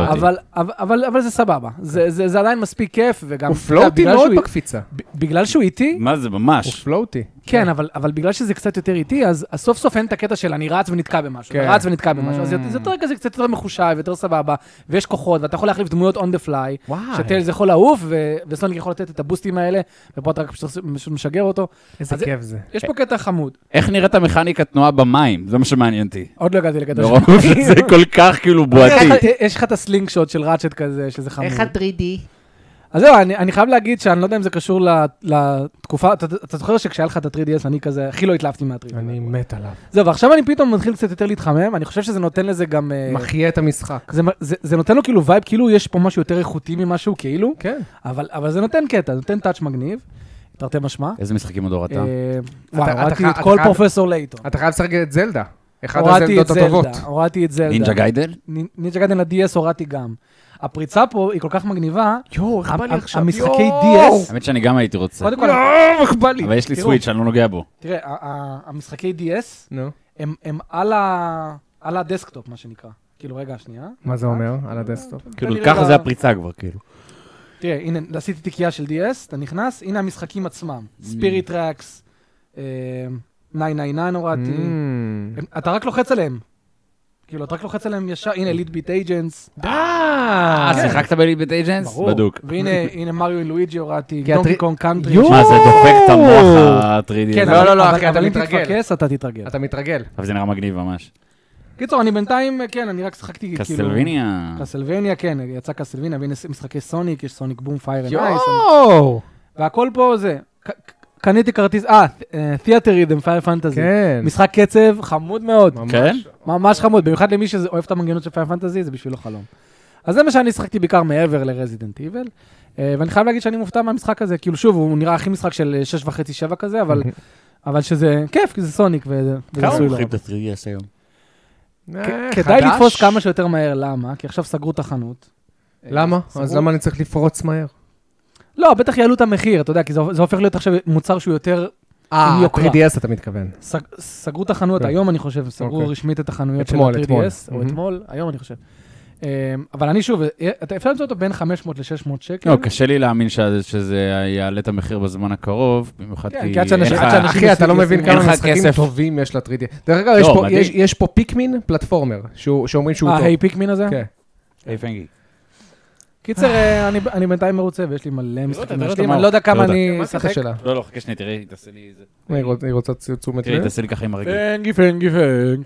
אבל זה סבבה. זה עדיין מספיק כיף, וגם... הוא פלוטי מאוד בקפיצה. בגלל שהוא איטי... מה זה, ממש? הוא פלוטי. כן, אבל בגלל שזה קצת יותר איטי, אז סוף סוף אין את הקטע של אני רץ ונתקע במשהו, רץ ונתקע במשהו, אז זה יותר כזה קצת יותר מחושב, יותר סבבה, ויש כוחות, ואתה יכול להחליף דמויות on the fly, שטיילס יכול לעוף, וסוניק יכול לתת את הבוסטים האלה, ופה אתה רק פשוט משגר אותו. איזה כיף זה. יש פה קטע חמוד. איך נראית המכניקת תנועה במים? זה מה שמעניין אותי. עוד לא הגעתי לקטע של... זה כל כך כאילו בועתי. יש לך את הסלינג שוט של ראצ'ט כזה, שזה חמוד. איך ה-תרי די? אז זהו, אני חייב להגיד שאני לא יודע אם זה קשור לתקופה, אתה זוכר שכשהיה לך את ה-תרי די אס, אני כזה, הכי לא התלהבתי מה-תרי די אס. אני מת עליו. זהו, ועכשיו אני פתאום מתחיל קצת יותר להתחמם, אני חושב שזה נותן לזה גם... מחיה את המשחק. זה נותן לו כאילו וייב, כאילו יש פה משהו יותר איכותי ממשהו, כאילו. כן. אבל זה נותן קטע, זה נותן טאץ' מגניב. תרתי משמע. איזה משחקים עוד הורדת? וואו, הורדתי את כל פרופסור לייטון. אתה חייב לשחק את זלדה. אחד הזלדות הטובות. הורדתי את זלדה. נינג'ה גיידן? נינג'ה גיידן ל-די אס הורדתי גם. הפריצה פה היא כל כך מגניבה. יואו, איך בא לי עכשיו? המשחקי די אס. האמת שאני גם הייתי רוצה. קודם כל, יואו, איך בא לי? אבל יש לי סוויץ', אני לא נוגע בו. תראה, המשחקי די אס, הם על הדסקטופ, מה שנקרא. כאילו, רגע, שנייה. מה זה אומר? על הדסקטופ? כאילו, ככה זה הפריצה כבר, כאילו. תראה, הנה, עשיתי תיקייה של די אס, אתה נכנס, הנה המשחקים עצמם. ספיריט טרקס, ניין ניין ניין הורדתי. אתה רק לוחץ עליהם. כאילו, אתה רק לוחץ עליהם ישר, הנה, ליד ביט אייג'נס. אה, שיחקת בליד ביט אייג'נס? בדוק. והנה, מריו ולואיג'י הורדתי, דונקי קונג קאנטרי. מה, זה דופק את המוח ה-תרי די. כן, לא, לא, לא, אחי, אתה מתרגל. אבל אם תתפקס, אתה תתרגל. אתה מתרגל. אבל זה נראה מגניב ממש. קיצור, אני בינתיים, כן, אני רק שחקתי כאילו... קסלבניה. קסלבניה, כן, יצא קסלבניה, והנה משחקי סוניק, יש סוניק בום פייר אנד אייס. יואו! והכל פה זה, קניתי כרטיס, אה, תיאטר ריתם, פייר פנטזי. כן. משחק קצב חמוד מאוד. כן? ממש חמוד, במיוחד למי שאוהב את המנגנות של פייר פנטזי, זה בשבילו חלום. אז זה מה שאני שחקתי בעיקר מעבר לרזידנט איבל, ואני חייב להגיד שאני מופתע מהמשחק הזה, כאילו שוב, הוא נראה הכי משחק של שש וחצי שבע כזה, אבל אבל שזה כיף, כי זה סוניק וזה כמה מוכרים את ה-תרי די אס היום? כדאי לתפוס כמה שיותר מהר, למה? כי עכשיו סגרו את החנות. למה? אז למה אני צריך לפרוץ מהר? לא, בטח יעלו את המחיר, אתה יודע, כי זה הופך להיות עכשיו מוצר שהוא יותר אה, תרי די אס אתה מתכוון. סגרו את החנויות, היום אני חושב, סגרו רשמית את החנויות של ה-תרי די אס, או אתמול, היום אני חושב. אבל אני שוב, אפשר למצוא אותו בין חמש מאות ל-שש מאות שקל. לא, קשה לי להאמין שזה יעלה את המחיר בזמן הקרוב, במיוחד כי... אחי, אתה לא מבין כמה משחקים טובים יש ל-תרי די אס. דרך אגב, יש פה פיקמין פלטפורמר, שאומרים שהוא טוב. אה, היי פיקמין הזה? כן. היי פנגי. קיצר, אני בינתיים מרוצה, ויש לי מלא משחקים משלים, אני לא יודע כמה אני אשחק. לא, לא, חכה שנייה, תראה, תעשה לי איזה... היא רוצה תשומת תראי, לב. תעשה לי ככה עם הרגל. פנגי, פנגי, פנגי.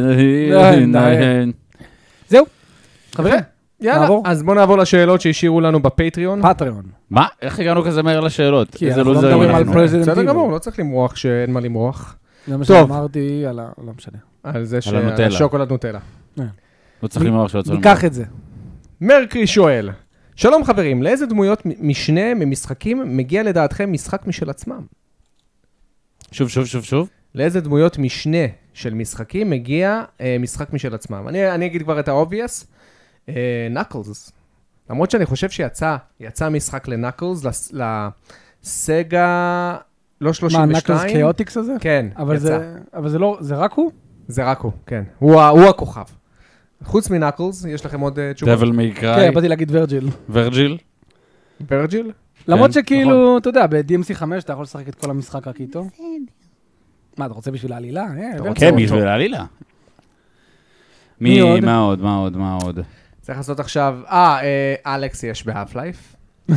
זהו. זהו, חברים. יאללה, אז בואו נעבור לשאלות שהשאירו לנו בפטריון. פטריון. מה? איך הגענו כזה מהר לשאלות? כי אנחנו לא מדברים על פרזידנט איבל. בסדר גמור, לא צריך למרוח שאין מה למרוח. זה מה שאמרתי על ה... לא משנה. על זה שהשוקולד נוטלה. לא צריך למרוח שלא צריך למרוח. ניקח את זה. מרקרי שואל, שלום חברים, לאיזה דמויות משנה ממשחקים מגיע לדעתכם משחק משל עצמם? שוב, שוב, שוב, שוב. לאיזה דמויות משנה של משחקים מגיע משחק משל עצמם? אני אגיד כבר את האובייס. נאקלס. למרות שאני חושב שיצא, יצא משחק לנאקלס, לסגה, לא שלושים ושתיים. מה, נאקלס קיוטיקס הזה? כן, יצא. אבל זה לא, זה רק הוא? זה רק הוא, כן. הוא הכוכב. חוץ מנאקלס, יש לכם עוד תשובות? דבל מייקראי. כן, באתי להגיד ורג'יל. ורג'יל? ורג'יל? למרות שכאילו, אתה יודע, ב-די אם סי חמש אתה יכול לשחק את כל המשחק רק איתו. מה, אתה רוצה בשביל העלילה? כן, בשביל העלילה. מי עוד? מה עוד? מה עוד? מה עוד? צריך לעשות עכשיו, אה, אלכס יש בהאף לייף.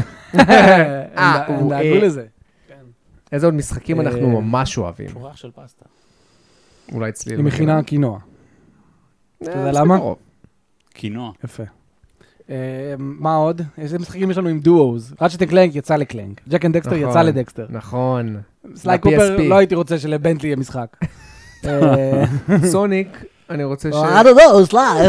הם דאגו לזה. איזה עוד משחקים אנחנו ממש אוהבים. שורח של פסטה. אולי אצלי. היא מכינה קינוע. אתה יודע למה? קינוע. יפה. מה עוד? איזה משחקים יש לנו עם דואוז? ראצ'ט אנד קלנק יצא לקלנק. ג'ק אנד דקסטר יצא לדקסטר. נכון. סליי קופר לא הייתי רוצה שלבנטלי יהיה משחק. סוניק, אני רוצה ש... I don't know, סליי.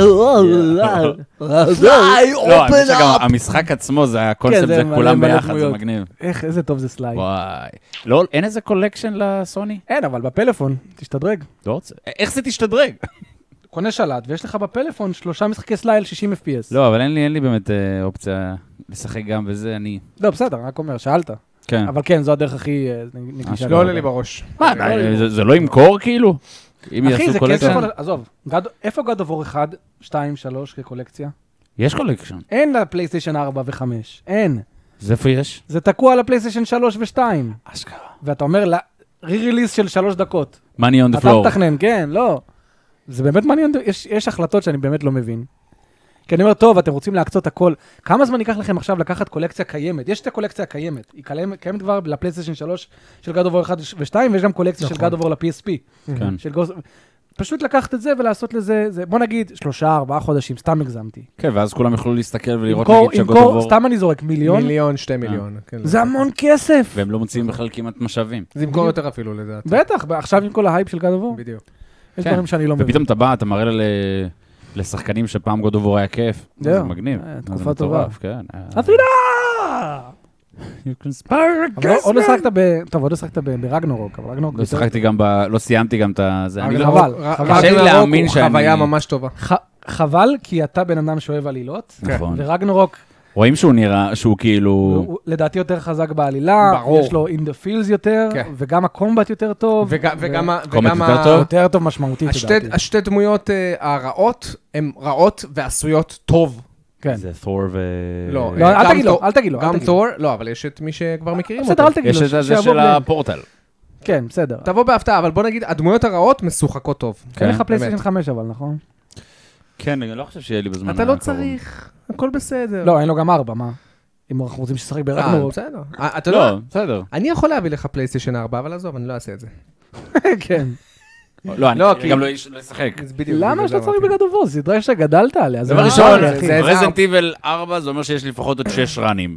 סליי, לא, אני חושב שגם המשחק עצמו זה הקונספט, זה כולם ביחד, זה מגניב. איך, איזה טוב זה סליי. וואי. לא, אין איזה קולקשן לסוני? אין, אבל בפלאפון, תשתדרג. לא רוצה. איך זה תשתדרג? קונה שלט, ויש לך בפלאפון שלושה משחקי סליי על שישים אף פי אס. לא, אבל אין לי, אין לי באמת אופציה לשחק גם בזה, אני... לא, בסדר, רק אומר, שאלת. כן. אבל כן, זו הדרך הכי נגישה. לא עולה לי בראש. מה, זה לא ימכור כאילו? אחי, זה כסף, עזוב, איפה God of War אחד, שתיים, שלוש כקולקציה? יש קולקשן. אין לפלייסטיישן ארבע וחמש, אין. זה איפה יש? זה תקוע על הפלייסטיישן שלוש ושתיים. אשכרה. ואתה אומר, רי-ריליס של שלוש דקות. money on the floor. אתה מתכנן, כן, לא. זה באמת מעניין, יש, יש החלטות שאני באמת לא מבין. כי אני אומר, טוב, אתם רוצים להקצות הכל. כמה זמן ייקח לכם עכשיו לקחת קולקציה קיימת? יש את הקולקציה הקיימת. היא קיימת, קיימת כבר לפלייסטיישן שלוש של God of War אחד ושתיים, ויש גם קולקציה נכון. של God of War ל-פי אס פי. כן. של גוס... פשוט לקחת את זה ולעשות לזה, זה... בוא נגיד, שלושה, ארבעה חודשים, סתם הגזמתי. כן, ואז כולם יוכלו להסתכל ולראות נגיד של God of War. סתם אני זורק, מיליון? מיליון, שתי מיליון. כן, זה המון כסף. והם לא מוצאים בכלל כמעט משאבים. זה ימכור יותר אפילו לדעת. בטח, עכשיו עם כל ההייפ של God of War. בדיוק. יש דברים שאני לא מבין. ופתאום אתה בא, אתה מראה לשחקנים שפעם God of War היה כיף. זה מגניב. תקופה טובה. אפילו! עוד לא שחקת ב... טוב, עוד לא שחקת ברגנורוק, אבל רגנורוק... לא שחקתי גם ב... לא סיימתי גם את זה. חבל. קשה לי להאמין שאני... חוויה ממש טובה. חבל, כי אתה בן אדם שאוהב עלילות. נכון. ורגנורוק... רואים שהוא נראה, שהוא כאילו... לדעתי יותר חזק בעלילה, יש לו in the fields יותר, וגם הקומבט יותר טוב. וגם ה... יותר טוב משמעותית, לדעתי. השתי דמויות הרעות, הן רעות ועשויות טוב. כן. זה תור ו... לא, אל תגיד לו, אל תגיד לו. גם תור, לא, אבל יש את מי שכבר מכירים אותו. בסדר, אל תגיד לו. יש את זה של הפורטל. כן, בסדר. תבוא בהפתעה, אבל בוא נגיד, הדמויות הרעות משוחקות טוב. אין לך פלייסטיישן חמש אבל, נכון? כן, אני לא חושב שיהיה לי בזמן אתה לא צריך, הכל בסדר. לא, אין לו גם ארבע, מה? אם אנחנו רוצים ששחק ברגנורוק. בסדר. אתה יודע, בסדר. אני יכול להביא לך פלייסטיישן ארבע, אבל עזוב, אני לא אעשה את זה. כן. לא, אני גם לא אשחק. למה שאתה צריך בגד אוף וור? סדרה שגדלת עליה. דבר ראשון, רזידנט איבל ארבע, זה אומר שיש לפחות עוד שש ראנים.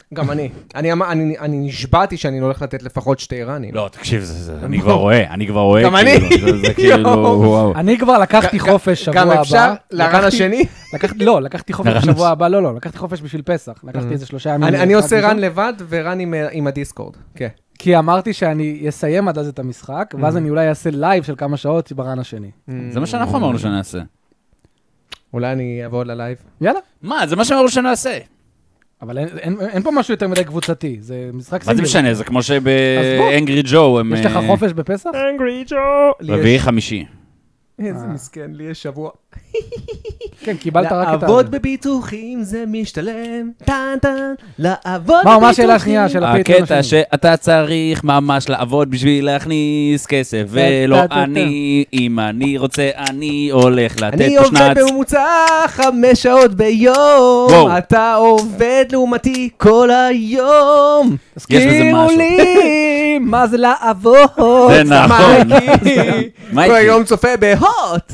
גם אני. אני, אני, אני נשבעתי שאני לא הולך לתת לפחות שתי איראנים. לא, תקשיב, זה, זה, אני כבר רואה, אני כבר רואה. גם אני. זה, זה כאילו, וואו. אני כבר לקחתי חופש שבוע הבא. גם אפשר לרן השני? לא, לקחתי חופש בשבוע הבא, לא, לא, לקחתי חופש בשביל פסח. לקחתי איזה שלושה ימים. אני עושה רן לבד ורן עם הדיסקורד. כן. כי אמרתי שאני אסיים עד אז את המשחק, ואז אני אולי אעשה לייב של כמה שעות ברן השני. זה מה שאנחנו אמרנו שנעשה. אולי אני אעבור ללייב. יאללה. מה, זה מה שאמרנו שנעשה. אבל אין, אין, אין פה משהו יותר מדי קבוצתי, זה משחק מה זה משנה? זה כמו שבאנגרי ג'ו הם... יש לך חופש בפסח? אנגרי ג'ו! רביעי חמישי. איזה מסכן, לי יש שבוע. כן, קיבלת רק את... לעבוד בביטוחים זה משתלם, טן טן, לעבוד בביטוחים. מה השאלה השנייה של הפטריון השני? הקטע שאתה צריך ממש לעבוד בשביל להכניס כסף, ולא אני, אם אני רוצה, אני הולך לתת אני פה עובד שנת... בממוצע חמש שעות ביום, אתה עובד לעומתי כל היום. תזכירו לי, מה זה לעבוד? זה נכון. כל היום צופה בהוט.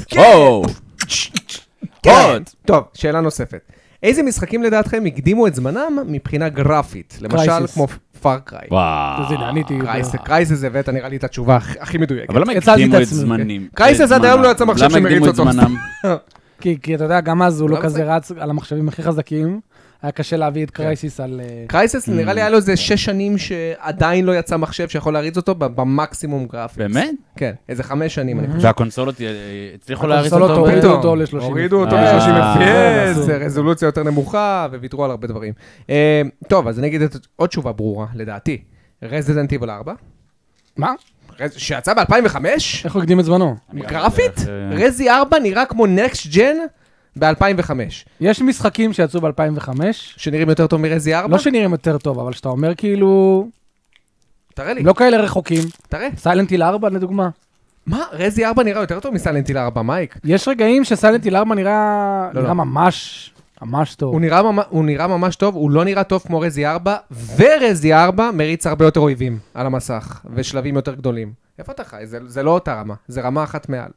הוט. טוב, שאלה נוספת. איזה משחקים לדעתכם הקדימו את זמנם מבחינה גרפית? למשל כמו פאר קריי. וואו. זה עניתי. קרייסס הבאת נראה לי את התשובה הכי מדויקת. אבל למה הקדימו את זמנים? קרייסס עד היום לא יצא מחשב שמריץ אותו. למה הקדימו את זמנם? כי אתה יודע, גם אז הוא לא כזה רץ על המחשבים הכי חזקים. היה קשה להביא את קרייסיס על... קרייסיס נראה לי היה לו איזה שש שנים שעדיין לא יצא מחשב שיכול להריץ אותו במקסימום גרפיקס. באמת? כן, איזה חמש שנים. והקונסולות הצליחו להריץ אותו? הקונסולות הורידו אותו ל-שלושים. הורידו אותו ל-שלושים אף פי אס, רזולוציה יותר נמוכה, וויתרו על הרבה דברים. טוב, אז אני אגיד עוד תשובה ברורה, לדעתי. Resident Evil ארבע. מה? שיצא ב-אלפיים וחמש? איך הוא הקדים את זמנו? גרפית? רזי ארבע נראה כמו נקסט ג'ן ב-אלפיים וחמש. יש משחקים שיצאו ב-אלפיים וחמש. שנראים יותר טוב מרזי ארבע? לא שנראים יותר טוב, אבל שאתה אומר כאילו... תראה לי. לא כאלה רחוקים. תראה. סיילנט היל ארבע לדוגמה. מה? רזי ארבע נראה יותר טוב מסיילנט היל ארבע, מייק? יש רגעים שסיילנט היל ארבע נראה לא, לא. ממש, ממש טוב. הוא נראה, הוא נראה ממש טוב, הוא לא נראה טוב כמו רזי ארבע, ורזי ארבע מריץ הרבה יותר אויבים על המסך, ושלבים יותר גדולים. איפה אתה חי? זה, זה לא אותה רמה, זה רמה אחת מעל.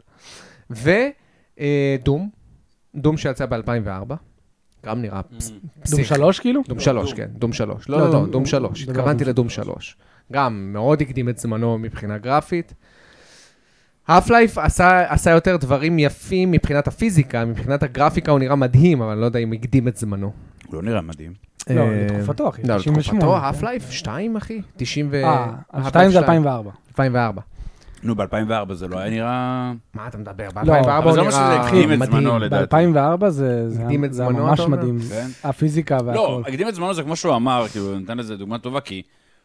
ודום, דום שיצא ב-אלפיים וארבע, גם נראה פסיכי. דום שלוש כאילו? דום שלוש, כן, דום שלוש. לא, לא, לא, דום שלוש. התכוונתי לדום שלוש. גם מאוד הקדים את זמנו מבחינה גרפית. Half-Life עשה, עשה יותר דברים יפים מבחינת הפיזיקה, מבחינת הגרפיקה הוא נראה מדהים, אבל אני לא יודע אם הקדים את זמנו. הוא לא נראה מדהים. לא, לתקופתו, אחי. לא, לתקופתו, Half-Life שתיים, אחי. תשעים ו... אה, שתיים זה אלפיים וארבע. אלפיים וארבע. נו, ב-אלפיים וארבע זה לא היה נראה... מה אתה מדבר? ב-אלפיים וארבע הוא הוא נראה מדהים. הקדים את זמנו, לדעתי. ב-אלפיים וארבע זה הקדים את זה זמנו, ממש אתה אומר? מדהים. כן. הפיזיקה והכל. לא, הקדים את זמנו זה כמו שהוא אמר, כאילו, נתן לזה דוגמה טובה, כי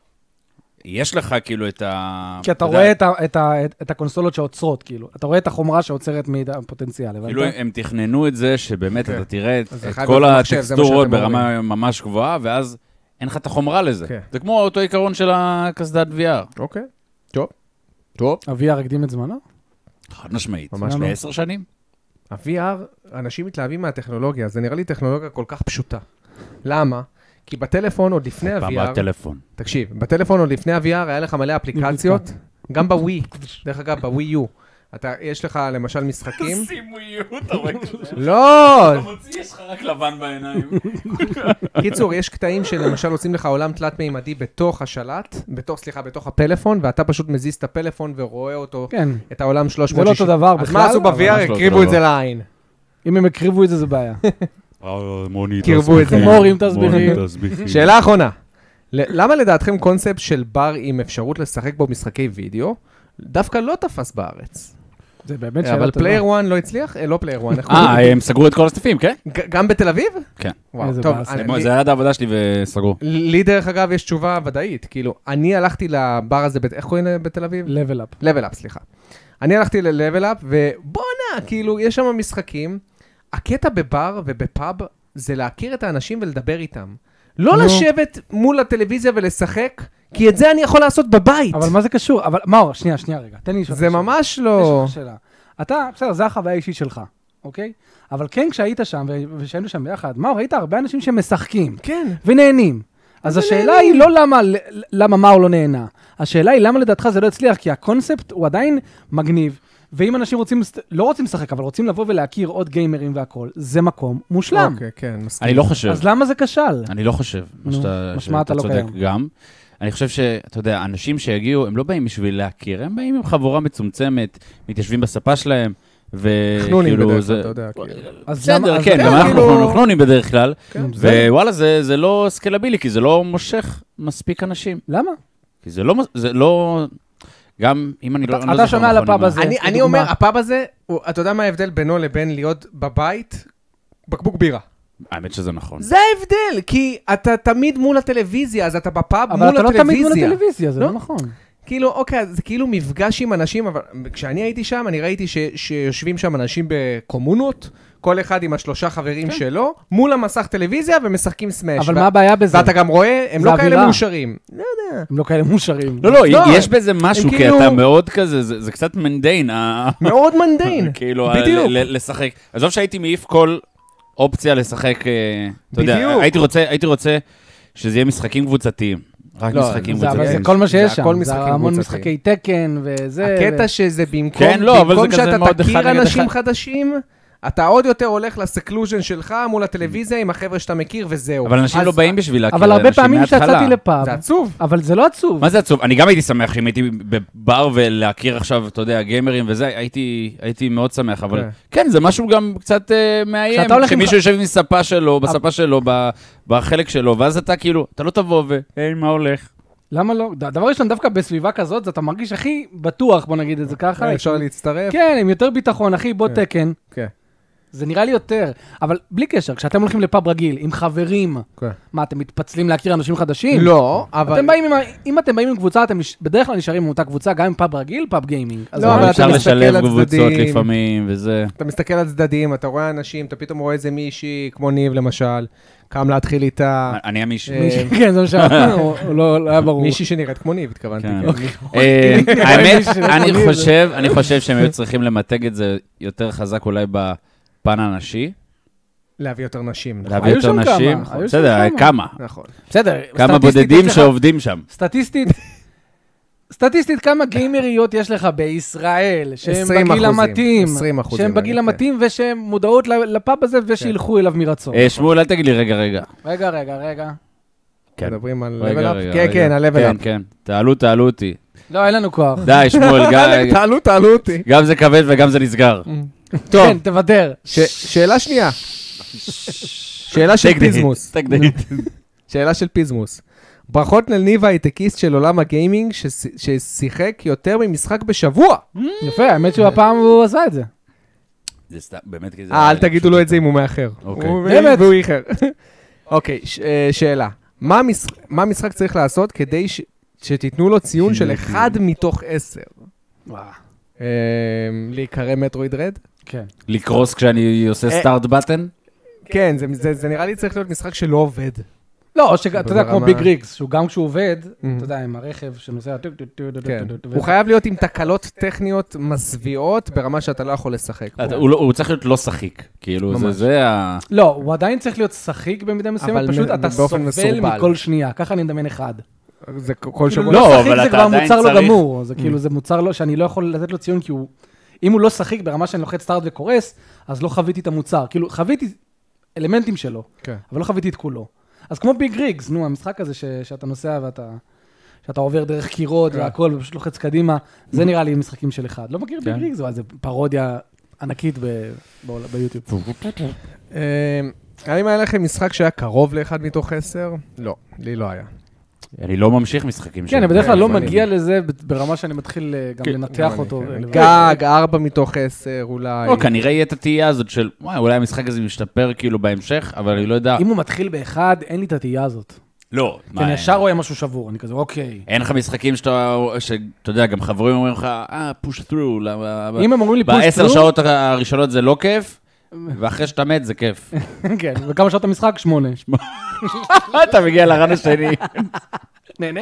יש לך כאילו את ה... כי אתה רואה את ה- את ה- את הקונסולות שעוצרות, כאילו. אתה רואה את החומרה שעוצרת מהפוטנציאל. הבנת? כאילו הם תכננו את זה שבאמת כן. אתה תראה את זה את חייב כל להיות במחשב, זה מה הטקסטורות שאתם ברמה ממש גבוהה, ואז אין לך את החומרה לזה. כן. זה כמו אותו עיקרון של הקסדת וי אר. אוקיי. טוב. טוב. ה-וי אר הקדים את זמנו? חד משמעית. ממש לא. בעשר שנים? ה-וי אר, אנשים מתלהבים מהטכנולוגיה, זה נראה לי טכנולוגיה כל כך פשוטה. למה? כי בטלפון עוד לפני ה-וי אר, פעם בטלפון. תקשיב, בטלפון עוד לפני ה-וי אר היה לך מלא אפליקציות, גם בווי, דרך אגב, בווי יו. אתה, יש לך למשל משחקים. שימו יו, אתה רואה כזה. לא! אתה מוציא, יש לך רק לבן בעיניים. קיצור, יש קטעים שלמשל עושים לך עולם תלת-מימדי בתוך השלט, בתוך, סליחה, בתוך הפלאפון, ואתה פשוט מזיז את הפלאפון ורואה אותו, כן. את העולם שלוש זה מאות לא שישים. אותו דבר בכלל. אז מה עשו ב-וי אר? ממש לא הקריבו אותו את זה דבר. לעין. אם הם הקריבו את זה, זה בעיה. קירבו את זה. מורים תסביכים. שאלה אחרונה. ל- למה לדעתכם קונספט של בר עם אפשרות לשחק בו משחקי וידאו, דווקא לא תפס בארץ? זה באמת שאלה אבל טובה. פלייר אחת לא הצליח? אה, לא פלייר אחת. איך אה, קוראים? הם סגרו את כל הסניפים, כן? ג- גם בתל אביב? כן. וואו, איזה טוב. באסה. אני- זה היה עד העבודה שלי וסגרו. לי דרך אגב יש תשובה ודאית. כאילו, אני הלכתי לבר הזה, בת- איך קוראים בתל אביב? level up. level up, סליחה. אני הלכתי ל-level up, ובואנה, כאילו, יש שם משחקים. הקטע בבר ובפאב זה להכיר את האנשים ולדבר איתם. לא נו. לשבת מול הטלוויזיה ולשחק, כי את זה אני יכול לעשות בבית. אבל מה זה קשור? אבל מאור, שנייה, שנייה רגע. תן לי לשאול. זה אותך ממש שאלה. לא... יש לך שאלה. אתה, בסדר, זה החוויה האישית שלך, אוקיי? אבל כן, כשהיית שם ו- ושהיינו שם ביחד, מאור, ראית הרבה אנשים שמשחקים כן. ונהנים. אז השאלה היא לא למה, למה מאור לא נהנה. השאלה היא למה לדעתך זה לא הצליח, כי הקונספט הוא עדיין מגניב, ואם אנשים רוצים, לא רוצים לשחק, אבל רוצים לבוא ולהכיר עוד גיימרים והכל, זה מקום מושלם. אוקיי, כן, מסכים. אני לא חושב. אז למה זה כשל? אני לא חושב. משמע אתה לא צודק קיים. גם. אני חושב שאתה יודע, אנשים שיגיעו, הם לא באים בשביל להכיר, הם באים עם חבורה מצומצמת, מתיישבים בספה שלהם, חנונים וכאילו בדרך זה... כלל, אתה יודע, כאילו. בסדר, כן, גם אנחנו חנונים בדרך כלל, ווואלה, זה לא סקלבילי, כי זה לא מושך מספיק אנשים. למה? כי זה לא... גם אם אני לא... אתה שומע על הפאב הזה. אני אומר, הפאב הזה, אתה יודע מה ההבדל בינו לבין להיות בבית? בקבוק בירה. האמת שזה נכון. זה ההבדל, כי אתה תמיד מול הטלוויזיה, אז אתה בפאב מול הטלוויזיה. אבל אתה לא תמיד מול הטלוויזיה, זה לא נכון. כאילו, אוקיי, זה כאילו מפגש עם אנשים, אבל כשאני הייתי שם, אני ראיתי שיושבים שם אנשים בקומונות, כל אחד עם השלושה חברים שלו, מול המסך טלוויזיה ומשחקים סמאש. אבל מה הבעיה בזה? ואתה גם רואה, הם לא כאלה מאושרים. לא יודע. הם לא כאלה מאושרים. לא, לא, יש בזה משהו, כי אתה מאוד כזה, זה קצת מנדיין. מאוד מנדיין. כאילו, לשחק. עזוב שהייתי מעיף כל אופציה לשחק, אתה יודע, הייתי רוצה שזה יהיה משחקים קבוצתיים. רק משחקים קבוצתיים. אבל זה כל מה שיש שם. זה המון משחקי תקן וזה. הקטע שזה במקום שאתה תכיר אנשים חדשים, אתה עוד יותר הולך לסקלוז'ן שלך מול הטלוויזיה עם החבר'ה שאתה מכיר וזהו. אבל אנשים לא באים בשביל להכיר אבל הרבה פעמים שיצאתי לפאב. זה עצוב. אבל זה לא עצוב. מה זה עצוב? אני גם הייתי שמח שאם הייתי בבר ולהכיר עכשיו, אתה יודע, גיימרים וזה, הייתי מאוד שמח, אבל כן, זה משהו גם קצת מאיים, שמישהו יושב עם ספה שלו, בספה שלו, בחלק שלו, ואז אתה כאילו, אתה לא תבוא ואין מה הולך. למה לא? דבר ראשון, דווקא בסביבה כזאת, אתה מרגיש הכי בטוח, בוא נגיד את זה ככה. אפשר להצטרף. כן, עם יותר ביטחון, אחי, בוא תקן. כן. זה נראה לי יותר, אבל בלי קשר, כשאתם הולכים לפאב רגיל, עם חברים, מה, אתם מתפצלים להכיר אנשים חדשים? לא, אבל... אם אתם באים עם קבוצה, אתם בדרך כלל נשארים עם אותה קבוצה, גם עם פאב רגיל, פאב גיימינג. לא, אבל אפשר לשלב קבוצות לפעמים, וזה... אתה מסתכל על צדדים, אתה רואה אנשים, אתה פתאום רואה איזה מישהי, כמו ניב למשל, קם להתחיל איתה... אני המישהי. כן, זה משהו, הוא לא היה ברור. מישהי שנראית כמו ניב, התכוונתי. האמת, אני חושב שהם היו צריכים למתג את זה יותר חזק אולי ב... פן הנשי. להביא יותר נשים. להביא יותר נשים. בסדר, כמה. נכון. בסדר. כמה בודדים שעובדים שם. סטטיסטית, סטטיסטית כמה גיימריות יש לך בישראל, שהם בגיל המתאים, שהם בגיל המתאים ושהם מודעות לפאב הזה ושילכו אליו מרצון. שמואל, אל תגיד לי רגע, רגע. רגע, רגע, רגע. מדברים על level up? כן, כן, על level up. כן, כן. תעלו, תעלו אותי. לא, אין לנו כוח. די, שמואל, תעלו, תעלו אותי. גם זה כבד וגם זה נסגר. טוב. כן, תוותר. שאלה שנייה. שאלה של פיזמוס. שאלה של פיזמוס. ברכות לניב ההייטקיסט של עולם הגיימינג, ששיחק יותר ממשחק בשבוע. יפה, האמת שהוא הפעם הוא עשה את זה. זה סתם, באמת כי זה... אה, אל תגידו לו את זה אם הוא מאחר. באמת. והוא איחר. אוקיי, שאלה. מה המשחק צריך לעשות כדי שתיתנו לו ציון של אחד מתוך עשר? וואו. להיקרא מטרואיד רד? כן. לקרוס כשאני עושה סטארט בטן? כן, זה נראה לי צריך להיות משחק שלא עובד. לא, או שאתה יודע, כמו ביג ריגס, שהוא גם כשהוא עובד, אתה יודע, עם הרכב שנוסע... הוא חייב להיות עם תקלות טכניות מסביעות, ברמה שאתה לא יכול לשחק. הוא צריך להיות לא שחיק, כאילו, זה ה... לא, הוא עדיין צריך להיות שחיק במידה מסוימת, פשוט אתה סובל מכל שנייה, ככה אני מדמיין אחד. זה כל שבוע... לא, אבל אתה זה כבר עדיין מוצר צריך... לא גמור, זה כאילו, זה מוצר לא, שאני לא יכול לתת לו ציון, כי הוא... אם הוא לא שחיק ברמה שאני לוחץ סטארט וקורס, אז לא חוויתי את המוצר. כאילו, חוויתי אלמנטים שלו, אבל לא חוויתי את כולו. אז כמו ביג ריגס, נו, המשחק הזה שאתה נוסע ואתה... שאתה עובר דרך קירות והכל, ופשוט לוחץ קדימה, זה נראה לי משחקים של אחד. לא מכיר ביג ריגס, זה פרודיה ענקית ביוטיוב. האם היה לכם משחק שהיה קרוב לאחד מתוך עשר? לא, לי לא היה. אני לא ממשיך משחקים כן, אני בדרך כלל לא מגיע לזה ברמה שאני מתחיל גם לנתח אותו. גג, ארבע מתוך עשר, אולי. או, כנראה יהיה את התהייה הזאת של, וואי, אולי המשחק הזה משתפר כאילו בהמשך, אבל אני לא יודע. אם הוא מתחיל באחד, אין לי את התהייה הזאת. לא. כי אני ישר רואה משהו שבור, אני כזה, אוקיי. אין לך משחקים שאתה, שאתה יודע, גם חברים אומרים לך, אה, push through. אם הם אומרים לי push through... בעשר שעות הראשונות זה לא כיף, ואחרי שאתה מת זה כיף. כן, וכמה שעות המשחק? שמונה. אתה מגיע לרן השני. נהנה?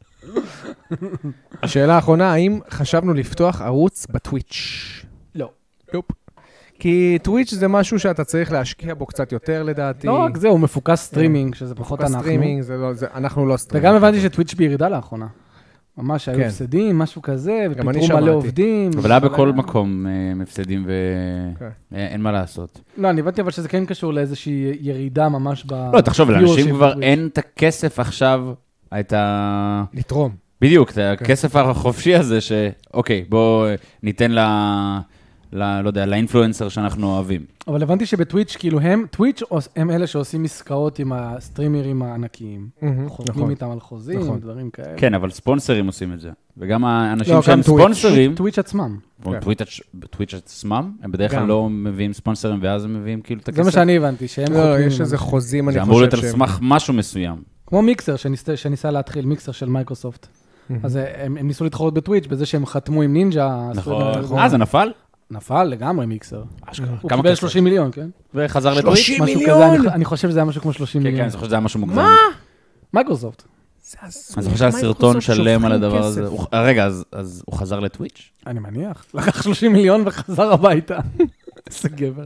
השאלה האחרונה, האם חשבנו לפתוח ערוץ בטוויץ'? לא. לא. כי טוויץ' זה משהו שאתה צריך להשקיע בו קצת יותר לדעתי. לא רק זה, הוא מפוקס סטרימינג, שזה פחות אנחנו. מפוקס סטרימינג, אנחנו לא סטרימינג. וגם הבנתי שטוויץ' בירידה לאחרונה. ממש היו הפסדים, משהו כזה, ופיתרו מלא עובדים. אבל היה בכל מקום מפסדים ואין מה לעשות. לא, אני הבנתי אבל שזה כן קשור לאיזושהי ירידה ממש ב... לא, תחשוב, לאנשים כבר אין את הכסף עכשיו, את ה... לתרום. בדיוק, את הכסף החופשי הזה, שאוקיי, בואו ניתן ל... לא יודע, לאינפלואנסר שאנחנו אוהבים. אבל הבנתי שבטוויץ', כאילו הם, טוויץ' הם אלה שעושים עסקאות עם הסטרימרים הענקיים. חותמים איתם על חוזים, דברים כאלה. כן, אבל ספונסרים עושים את זה. וגם האנשים שהם ספונסרים... טוויץ' עצמם. טוויץ' עצמם, הם בדרך כלל לא מביאים ספונסרים, ואז הם מביאים כאילו את הכסף. זה מה שאני הבנתי, שהם חותמים. לא, יש איזה חוזים, אני חושב שהם... זה אמור להיות על סמך משהו מסוים. כמו מיקסר, שניסה להתחיל, מיקסר של מייקרוסופט. אז הם ניסו להתחרות בטוויץ' בזה שהם חתמו עם נינג'ה. נכון. אה, זה נפל? נפל לגמרי מיקסר. הוא קיבל שלושים מיליון, כן? וחזר לטוויץ'? שלושים מיליון? אני חושב שזה היה משהו כמו שלושים מיליון. כן, כן, אני חושב שזה היה משהו מוגזם. מה? מייקרוסופט. אז חושב סרטון שלם על הדבר הזה. רגע, אז הוא חזר לטוויץ'? אני מניח. לקח שלושים מיליון וחזר הביתה. איזה גבר.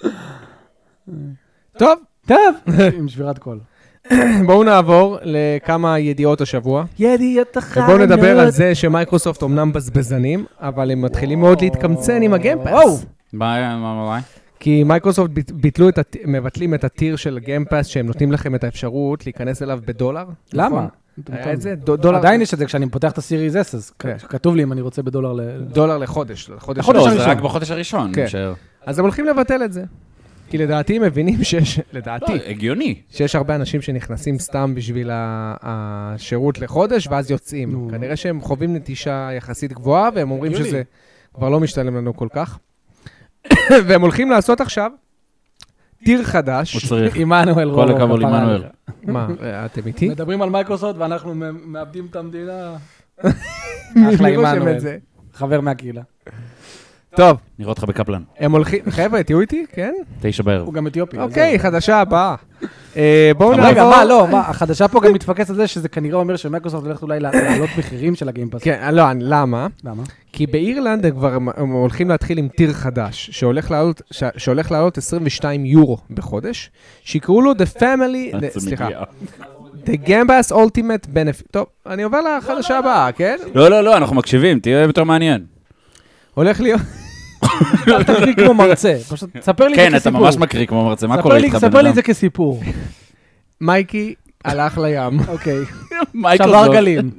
טוב. טוב. עם שבירת קול. בואו נעבור לכמה ידיעות השבוע. ידיעות החיים. ובואו נדבר על זה שמייקרוסופט אומנם בזבזנים, אבל הם מתחילים מאוד להתקמצן עם הגיימפאס. מה, מה, מה? כי מייקרוסופט ביטלו את, מבטלים את הטיר של הגיימפאס, שהם נותנים לכם את האפשרות להיכנס אליו בדולר. למה? היה את זה? דולר... עדיין יש את זה, כשאני פותח את הסיריז אס, אז כתוב לי אם אני רוצה בדולר ל... דולר לחודש. לחודש הראשון. זה רק בחודש הראשון. אז הם הולכים לבטל את זה. כי לדעתי הם מבינים שיש, לדעתי, לא, הגיוני. שיש הרבה אנשים שנכנסים סתם בשביל השירות לחודש, ואז יוצאים. כנראה שהם חווים נטישה יחסית גבוהה, והם אומרים שזה כבר לא משתלם לנו כל כך. והם הולכים לעשות עכשיו טיר חדש. הוא צריך. עמנואל. כל הכבוד עמנואל. מה, אתם איתי? מדברים על מייקרוסופט ואנחנו מאבדים את המדינה. אחלה עמנואל. חבר מהקהילה. טוב. נראה אותך בקפלן. הם הולכים, חבר'ה, תהיו איתי, כן? תשע בערב. הוא גם אתיופי. אוקיי, חדשה הבאה. בואו נעבור... רגע, מה, לא, מה, החדשה פה גם מתפקס על זה שזה כנראה אומר שמייקרוסופט הולכת אולי לעלות מחירים של הגיימפאס. כן, לא, למה? למה? כי באירלנד הם כבר הולכים להתחיל עם טיר חדש, שהולך לעלות, שהולך לעלות עשרים ושתיים יורו בחודש, שיקראו לו The Family, סליחה, The Game Pass Ultimate Benefit. טוב, אני עובר לחדשה הבאה, כן? לא, לא, לא, אנחנו מקשיבים, תהיה יותר מעניין. הולך להיות... אתה תקריא כמו מרצה, פשוט תספר לי את זה כסיפור. כן, אתה ממש מקריא כמו מרצה, מה קורה איתך בן אדם? ספר לי את זה כסיפור. מייקי הלך לים. אוקיי. שבר גלים.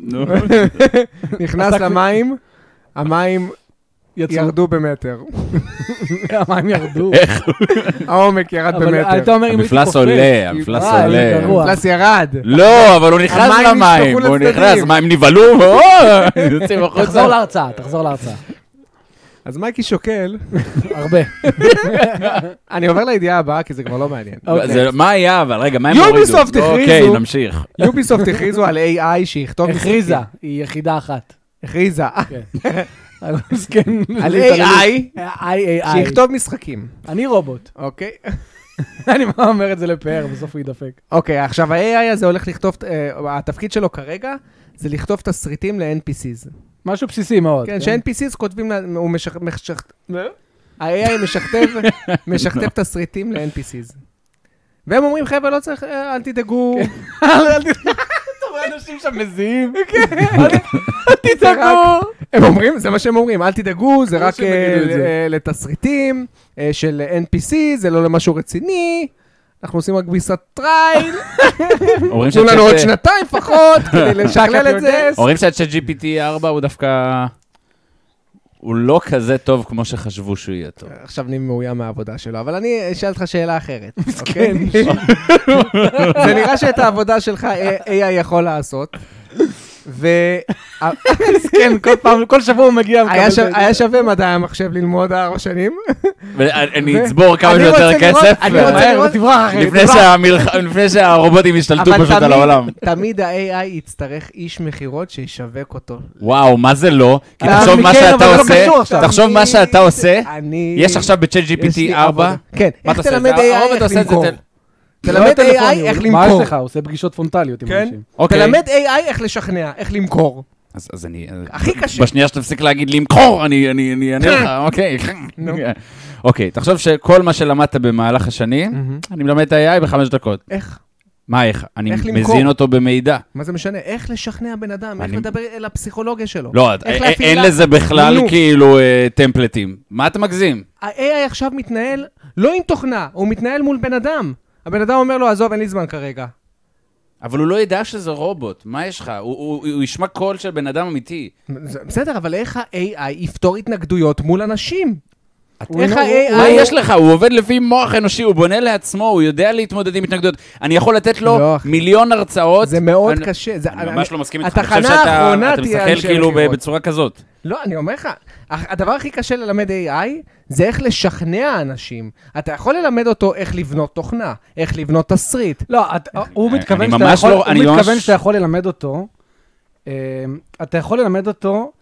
נכנס למים, המים ירדו במטר. המים ירדו. איך? העומק ירד במטר. המפלס עולה, המפלס עולה. המפלס ירד. לא, אבל הוא נכנס למים. הוא נכנס, מים נבלו, יוצאים החוצה. תחזור להרצאה, תחזור להרצאה. אז מייקי שוקל. הרבה. אני עובר לידיעה הבאה, כי זה כבר לא מעניין. מה היה, אבל רגע, מה הם הורידו? יוביסופט הכריזו. אוקיי, נמשיך. יוביסופט הכריזו על איי איי שיכתוב... הכריזה, היא יחידה אחת. הכריזה. על איי איי איי שיכתוב משחקים. אני רובוט. אוקיי. אני מה אומר את זה לפאר, בסוף הוא ידפק. אוקיי, עכשיו ה-איי איי הזה הולך לכתוב, התפקיד שלו כרגע, זה לכתוב תסריטים ל-אן פי סיז. משהו בסיסי מאוד. כן, ש-אן פי סיז כותבים, הוא משכתב, ה-איי איי משכתב, משכתב תסריטים ל-אן פי סיז. והם אומרים, חבר'ה, לא צריך, אל תדאגו. אתה רואה אנשים שם מזיעים. אל תדאגו. הם אומרים, זה מה שהם אומרים, אל תדאגו, זה רק לתסריטים של אן פי סי, זה לא למשהו רציני. אנחנו עושים רק ביסת טרייל. תנו לנו עוד שנתיים פחות, כדי לשקלל את זה. אומרים שהצ'אט ג'י פי טי ארבע הוא דווקא... הוא לא כזה טוב כמו שחשבו שהוא יהיה טוב. עכשיו אני מאוים מהעבודה שלו, אבל אני אשאל אותך שאלה אחרת. כן. זה נראה שאת העבודה שלך איי איי יכול לעשות. ו... כן, כל פעם, כל שבוע הוא מגיע... היה שווה מדעי המחשב ללמוד ארבע שנים. ואני אצבור כמה שיותר כסף. אני רוצה לראות, תברח אחרי. לפני שהרובוטים ישתלטו פשוט על העולם. תמיד ה-איי איי יצטרך איש מחירות שישווק אותו. וואו, מה זה לא? כי תחשוב מה שאתה עושה, תחשוב מה שאתה עושה, יש עכשיו בצ'אט ג'י פי טי ארבע. כן, איך תלמד איי איי איך למכור? תלמד איי איי איך למכור. מה יש לך? הוא עושה פגישות פרונטליות עם אנשים. תלמד איי איי איך לשכנע, איך למכור. אז אני... הכי קשה. בשנייה שתפסיק להגיד למכור, אני אענה לך, אוקיי. אוקיי, תחשוב שכל מה שלמדת במהלך השנים, אני מלמד את ה-איי איי בחמש דקות. איך? מה, איך? אני איך למכור? מזין אותו במידע. מה זה משנה? איך לשכנע בן אדם? איך אני- לדבר אל הפסיכולוגיה שלו? לא, איך א- להפעיל אין לה- לזה בכלל נו. כאילו אה, טמפלטים. מה אתה מגזים? ה-איי איי עכשיו מתנהל לא עם תוכנה, הוא מתנהל מול בן אדם. הבן אדם אומר לו, עזוב, אין לי זמן כרגע. אבל הוא לא ידע שזה רובוט. מה יש לך? הוא- הוא הוא ישמע קול של בן אדם אמיתי. זה- בסדר, אבל איך ה-איי איי יפתור התנגדויות מול אנשים? הוא- איך הוא- ה-איי מה איי... יש לך? הוא עובד לפי מוח אנושי, הוא בונה לעצמו, הוא יודע להתמודד עם התנגדויות. אני יכול לתת לו לא. מיליון הרצאות. זה מאוד אני- קשה. זה- אני ממש לא מסכים איתך. אני התחנה חושב שאתה האחרונה אתה תהיה מסתכל אנשי כאילו מכירות. בצורה כזאת. לא, אני אומר לך, הדבר הכי קשה ללמד איי איי זה איך לשכנע אנשים. אתה יכול ללמד אותו איך לבנות תוכנה, איך לבנות תסריט. לא, את- הוא אני מתכוון שאתה ממש יכול, לא- הוא אני מתכוון ממש- שאתה יכול ללמד אותו, אה, אתה יכול ללמד אותו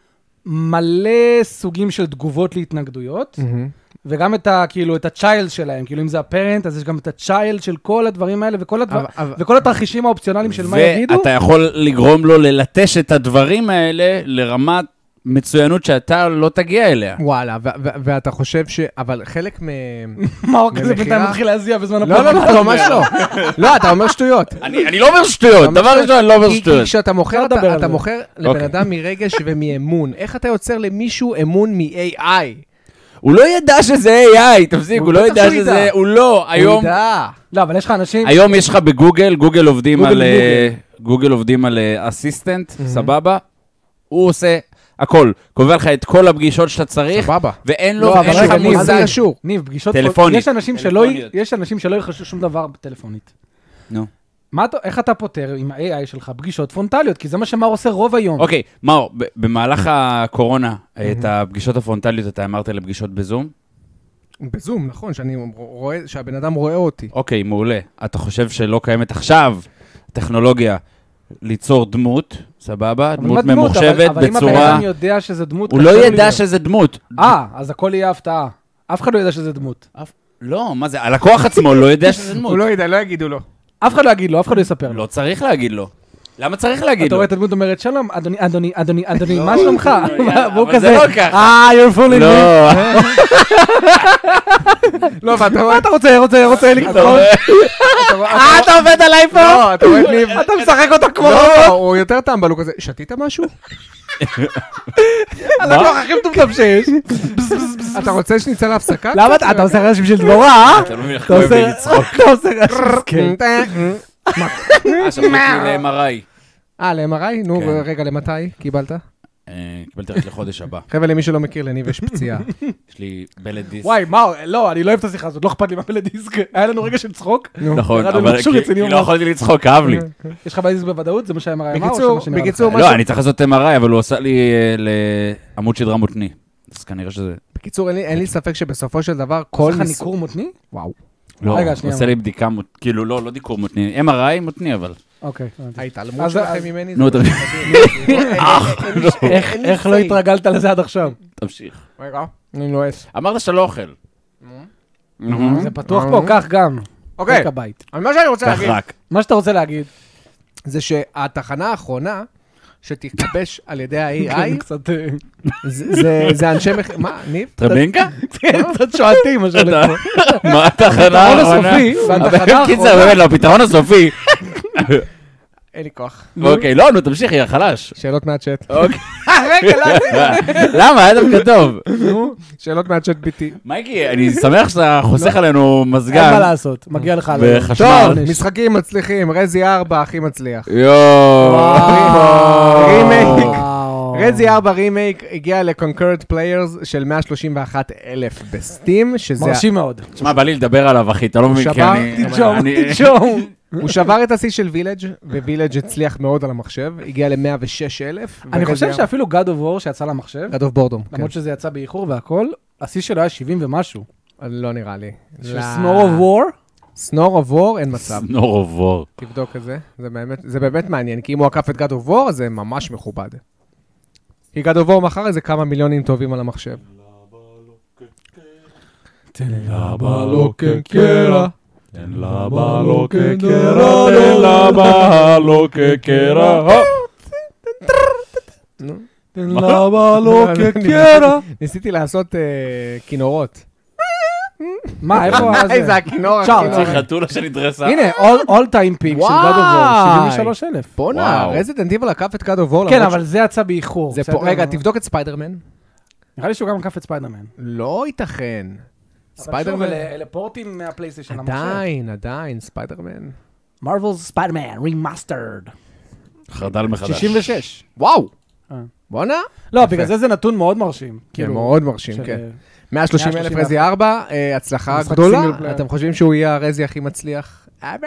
מלא סוגים של תגובות להתנגדויות, וגם את ה, כאילו, את הצ'יילד שלהם, כאילו אם זה הפרנט, אז יש גם את הצ'יילד של כל הדברים האלה, וכל, הדבר, אבל- אבל- וכל התרחישים האופציונליים של מה יגידו. ואתה יכול לגרום לו ללטש את הדברים האלה לרמת מצוינות שאתה לא תגיע אליה. וואלה, ו- ו- ואתה חושב ש... אבל חלק מ... מאור כזה במכירה? בינתיים מתחיל להזיע בזמן לא, לא, לא, ממש לא. לא, אתה אומר שטויות. אני אני לא אומר שטויות, דבר ראשון, אני לא אומר כי- כי שטויות. כשאתה מוכר, אפשר לדבר אתה- על אתה זה. מוכר לבן אוקיי. אדם מרגש ומאמון. איך אתה יוצר למישהו אמון מ-איי איי? הוא לא ידע שזה איי איי, תפסיק, הוא הוא לא בטח ידע שהוא שזה... ידע. הוא לא, הוא היום... ידע. לא, אבל יש לך אנשים... היום יש לך בגוגל, גוגל עובדים גוגל על... גוגל. אה, גוגל עובדים על אסיסטנט, סבבה? הוא עושה הכל, קובע לך את כל הפגישות שאתה צריך, סבבה. ואין לו, לא, אבל אין רגע, לך ניב, מה זה מושג. קשור? ניב, פגישות... טלפונית. יש אנשים שלא, טלפוניות. יש אנשים שלא יחשו שום דבר טלפונית. נו. מה אתה, איך אתה פותר עם ה-איי איי שלך פגישות פרונטליות? כי זה מה שמאור עושה רוב היום. אוקיי, מאור, ב- במהלך הקורונה, את הפגישות הפרונטליות אתה אמרת לפגישות בזום? בזום, נכון, שאני רואה, שהבן אדם רואה אותי. אוקיי, מעולה. אתה חושב שלא קיימת עכשיו טכנולוגיה ליצור דמות, סבבה? אבל דמות מה דמות? ממוחשבת אבל, אבל אם הבן בצורה... אדם יודע שזה דמות... הוא קשה לא לו ידע להיות. שזה דמות. אה, אז הכל יהיה הפתעה. אף אחד לא ידע שזה דמות. אף- לא, מה זה? הלקוח עצמו לא יודע שזה דמות. הוא לא ידע, לא יגידו לו. אף אחד לא יגיד לו, אף אחד לא יספר לו. לא צריך להגיד לו. למה צריך להגיד אתה לו? רואה את הדמות אומרת, שלום, אדוני, אדוני, אדוני, אדוני, מה לא, שלומך? יאללה, והוא אבל כזה, זה לא ככה. אה, you're fooling me. לא. לא, ואתה מה רואה... אתה רוצה, רוצה, רוצה אתה לקרוא? רואה? אה, אתה עובד עליי פה? לא, אתה רואה את ניב... אתה משחק אותה כמו לא, רובוט? הוא יותר טמבל, הוא כזה, שתית משהו? הלקוח הכי מטומטם שיש. אתה רוצה שנצא להפסקה? למה אתה אתה עושה רעשים של דבורה, אה? תלוי איך אתה כואב לי עושה לצחוק. אתה עושה רעשים. כן. אה, שלחו אותי ל-אם אר איי. אה, ל-אם אר איי? נו, כן. רגע, למתי קיבלת? אה, קיבלתי רק לחודש הבא. חבר'ה, למי שלא מכיר, לניב יש פציעה. יש לי בלט דיסק. וואי, מה, לא, אני לא אוהב את השיחה הזאת, לא אכפת לי מה בלדיסק. היה לנו רגע של צחוק. נכון, ירדנו אבל למשהו כי- רציני כי לא ממש. יכולתי לצחוק, כאב לי. יש לך בלדיסק בוודאות? זה מה שה-אם אר איי אמר? או בקיצור, שמה שנראה לך? בקיצור, מה לא, ש- אני צריך לעשות אם אר איי, אבל הוא עשה לי אה, לעמוד שדרה מותני. אז כנראה שזה... בקיצור, אין לי- אין לי ספק שבסופו של דבר, כל... עושה לך מס- ניכור מותני? וואו. לא, רגע, הוא שנייה. עושה לי בדיקה, מות- כאילו, לא, לא דיקור מותני. אם אר איי מותני, אבל. אוקיי. הבנתי. ההתעלמות אז- שלכם אז- ממני נו, זה... תמשיך. איך- איך לא התרגלת לזה עד עכשיו? תמשיך. רגע, אני לועס. אמרת שאתה לא אוכל. זה פתוח פה, כך גם. אוקיי, רק הבית. אבל מה שאני רוצה כך להגיד, רק. מה שאתה רוצה להגיד. זה שהתחנה האחרונה שתתלבש על ידי ה-איי איי, קצת... אה, זה- זה- זה אנשי מחיר... מה, ניב? טרבינקה? כן, קצת שועתי, מה שהולך פה. מה התחנה הפתרון האחרונה? הסופי, והתחנה קיצר, האחרונה... באמת, לא, הפתרון הסופי. אין לי כוח. אוקיי, לא, נו, תמשיך, יא חלש. שאלות מהצ'אט. אוקיי. רגע, לא, למה? היה דווקא טוב. נו, שאלות מהצ'אט ביתי. מייקי, אני שמח שאתה חוסך עלינו אין מה מזגן. לעשות, מגיע לך על... וחשמל. טוב, עונש. משחקים מצליחים, רזי ארבע הכי מצליח. יואו. רימייק. וואו. רזי ארבע רימייק הגיע ל-Concurrent Players של מאה שלושים ואחת אלף בסטים, שזה... מרשים מאוד. תשמע, בא לי לדבר עליו, אחי, אתה לא מבין, כי שבר? אני... תנשום, אני- תנשום. הוא שבר את השיא של וילג' ווילג' הצליח מאוד על המחשב, הגיע ל-מאה ושש אלף. אני חושב שאפילו God of War שיצא למחשב, God of Boredom, כן. למרות שזה יצא באיחור והכל, השיא שלו היה שבעים ומשהו. לא נראה לי. של Snore of War, סנור of War אין מצב. סנור עבור. תבדוק את זה, זה באמת, זה באמת מעניין, כי אם הוא עקף את God of War, זה ממש מכובד. כי God of War מכר איזה כמה מיליונים טובים על המחשב. תן למה לא כקרע, תן למה לא כקרע, תן למה לא כקרע. תן למה לא כקרע. ניסיתי לעשות אה, כינורות. מה, איפה זה? איזה הכינור, צ'ארט. הכינור. צריך חתולה שנדרסה. הנה, all time peak של God of War, שבעים ושלוש אלף. בואנה, וואו. רזידנט איבל עקף את God of War. כן, למרות אבל זה יצא באיחור. ש- זה בסדר? פה, רגע, תבדוק את ספיידרמן. נראה לי שהוא גם עקף את ספיידרמן. לא ייתכן. ספיידרמן... אבל שוב, אלה פורטים מהפלייסטיישן למחשב. עדיין, עדיין, ספיידרמן. מרוול ספיידרמן, רימאסטרד. חרדל מחדש. שישים ושש. וואו. אה. בואנה. לא, בגלל זה זה נתון מאוד מרשים. כן, כאילו, מאוד מרשים, של- כן. מאה ושלושים אלף רזי ארבע, אה, הצלחה משחק גדולה. סינגל פלייר. אתם חושבים שהוא יהיה הרזי הכי מצליח? אבא!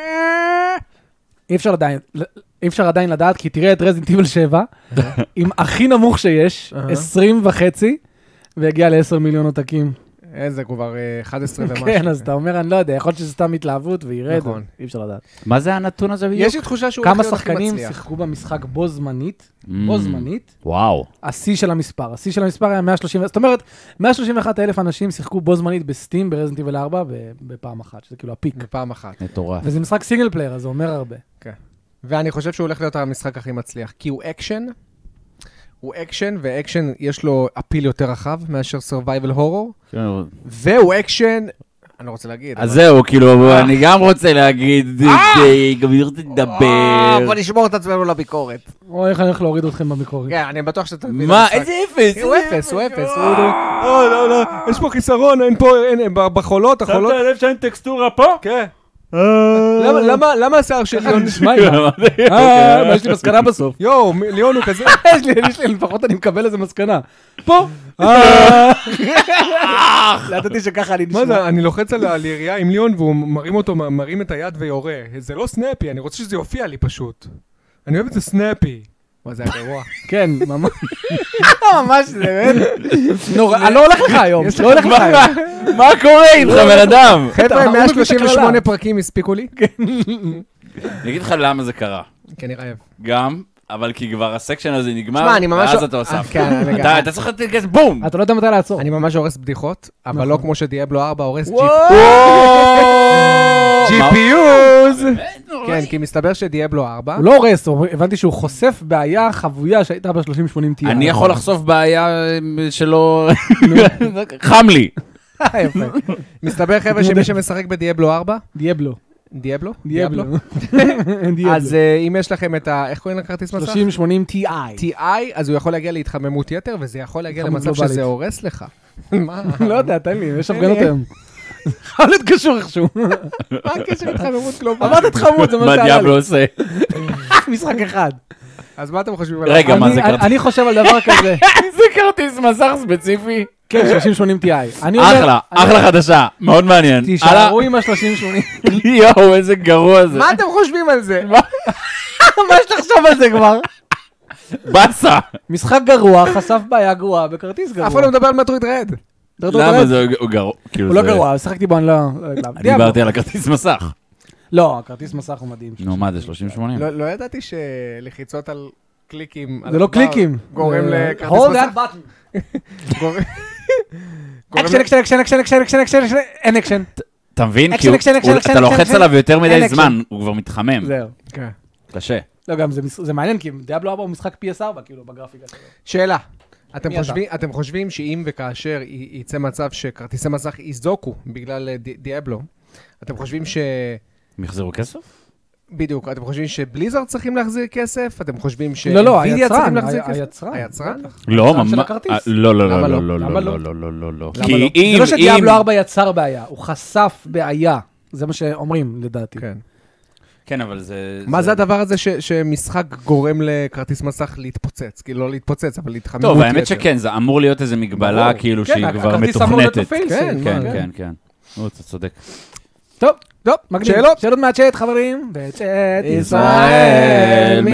אי אפשר עדיין, אי אפשר עדיין לדעת, כי תראה את רזינט איבל שבע, עם הכי נמוך שיש, אהה. עשרים וחצי, והגיע ל-עשרה מיליון עותקים. איזה כבר אה, אחד עשרה ומשהו. כן, אז אתה אומר, אני לא יודע, יכול להיות שזה סתם התלהבות וירד, נכון. אי אפשר לדעת. מה זה הנתון הזה בדיוק? יש לי תחושה שהוא הולך כמה להיות הכי שחקנים מצליח. שיחקו במשחק בו זמנית, Mm. בו זמנית, וואו. השיא של המספר. השיא של המספר היה מאה ושלושים, זאת אומרת, מאה ושלושים ואחד אלף אנשים שיחקו בו זמנית בסטים, ברזינט איבל ארבע, ב- בפעם אחת, שזה כאילו הפיק. בפעם אחת. מטורף. וזה משחק סינגל פלייר, אז זה אומר הרבה. ואני חושב שהוא הולך להיות המשחק הכי מצליח, כי הוא אקשן, הוא אקשן, ואקשן יש לו אפיל יותר רחב מאשר survival horror, והוא אקשן, אני לא רוצה להגיד. אז אבל- זהו, כאילו, אני גם רוצה להגיד, גם אני רוצה אה, לדבר. בוא נשמור את עצמנו לביקורת. או איך אני הולך להוריד אתכם בביקורת. כן, אני בטוח שאתה תבין. מה, המשחק. איזה אפס? הוא אפס, הוא אפס. הוא לא, לא, לא, יש פה חיסרון, אין פה, אין, בחולות, החולות. לב שאין טקסטורה פה? כן. למה, למה, למה השיער של ליאון? נשמע עם אה, מה, יש לי מסקנה בסוף. יואו, מ- ליאון הוא כזה. יש לי, יש לי, לפחות אני מקבל איזה מסקנה. פה. אה. לא ידעתי שככה אני מה נשמע. זה, אני לוחץ על על ירייה עם ליאון והוא מרים אותו, מרים את היד ויורה. זה לא סנאפי, אני רוצה שזה יופיע לי פשוט. אני אוהב את זה סנאפי. מה זה הגרוע? כן, ממש. ממש, זה באמת. נורא, אני לא הולך לך היום. יש לא הולך לך היום. מה קורה איתך, בן אדם? חבר'ה, הוא מאה מבין שלושים את הקללה. ושמונה פרקים הספיקו לי? אני אגיד לך למה זה קרה. כי אני רעב. גם, אבל כי כבר הסקשן הזה נגמר, שמע, אני ממש- ואז אתה הוספת. כן, אני אתה- גם- אתה צריך לתת כזה בום! אתה לא יודע מתי לעצור. אני ממש הורס בדיחות, אבל לא כמו שדיאבלו ארבע הורס ג'י מה- פי יוז. כן, כי מסתבר שדיאבלו ארבע, הוא לא הורס, הוא- הבנתי שהוא חושף בעיה חבויה שהייתה ב-שלושים שמונים טי. אני יכול לחשוף בעיה אה, שלא... חם לי. יפה. מסתבר חבר'ה שמי שמשחק בדיאבלו ארבע, דיאבלו. דיאבלו? דיאבלו. אז אה, אם יש לכם את ה... איך קוראים לכרטיס מסך? שלושים שמונים טי איי. טי איי, אז הוא יכול להגיע להתחממות יתר, וזה יכול להגיע התחממות למצב גלובלית. שזה הורס לך. מה? לא יודע, תן לי, יש תן הפגנות לי. היום. חייב להיות קשור איכשהו. מה הקשר להתחממות גלובלית? אמרת התחממות, זה מה מה שהיה דיאבלו לי. עושה? משחק אחד. אז מה אתם חושבים על רגע, מה אני- זה כרטיס? אני חושב על דבר כזה. זה כרטיס מסך ספציפי. כן, שלושים שמונים טי איי. אני אומר- אחלה, אני- אחלה חדשה, מאוד מעניין. תישארו עם ה-שלושים שמונים. יואו, איזה גרוע זה. מה אתם חושבים על זה? מה יש לחשוב על זה כבר? באסה. משחק גרוע, חשף בעיה גרועה בכרטיס גרוע. אף אחד לא מדבר על מטרויד רד. למה זה הוא גרוע? כאילו הוא לא זה- גרוע, שיחקתי בו, אני לא... לא התלהבתי. אני דיברתי על הכרטיס מסך. לא, הכרטיס מסך הוא מדהים. נו, מה זה, שלושים שמונים? לא לא ידעתי שלחיצות על קליקים... על זה לא עכבר קליקים. גורם זה- לכרטיס Hold מסך. that button. גורם- גורם אקשן, ל- אקשן, אקשן, אקשן, אקשן, אקשן, אקשן, אקשן, אין אקשן. אתה מבין? אקשן, כי הוא- אקשן, אקשן, הוא- אקשן, אתה אקשן, לוחץ אקשן. עליו יותר מדי אין זמן, הוא כבר מתחמם. זהו. כן. קשה. לא, גם זה מש- זה מעניין, כי דיאבלו ארבע הוא משחק פי אס ארבע, כאילו, בגרפיקה שלו. שאלה. אתם מי אתה? חושבים, אתם חושבים שאם וכאשר י- יצא מצב שכרטיסי מסך יזדוקו בגלל אה, די- דיאבלו, אתם חושבים ש... הם יחזרו כסף? בדיוק, אתם חושבים שבליזרד צריכים להחזיר כסף? אתם חושבים ש... לא, לא, Nvidia היצרן, צריכים להחזיר ה- כסף? היצרן. היצרן? לא, היצרן של ממש... הכרטיס. אה, לא, לא, למה לא, לא? לא, למה לא, לא? לא, לא, לא, לא. למה כי לא? אם... זה לא שדיאבלו אם- ארבע יצר בעיה, הוא חשף בעיה. זה מה שאומרים, לדעתי. כן. כן, אבל זה... מה זה הדבר הזה ש- שמשחק גורם לכרטיס מסך להתפוצץ? כאילו לא להתפוצץ, אבל להתחממות טוב, האמת יתר. שכן, זה אמור להיות איזה מגבלה ברור. כאילו כן, שהיא כבר הכרטיס אמור להיות מתוכנתת. בפייל כן, סייף. כן, מה? כן, כן. נו, אתה צודק. טוב, טוב, מגניב. שאלות? שאלות מהצ'אט, חברים. בצ'אט ישראל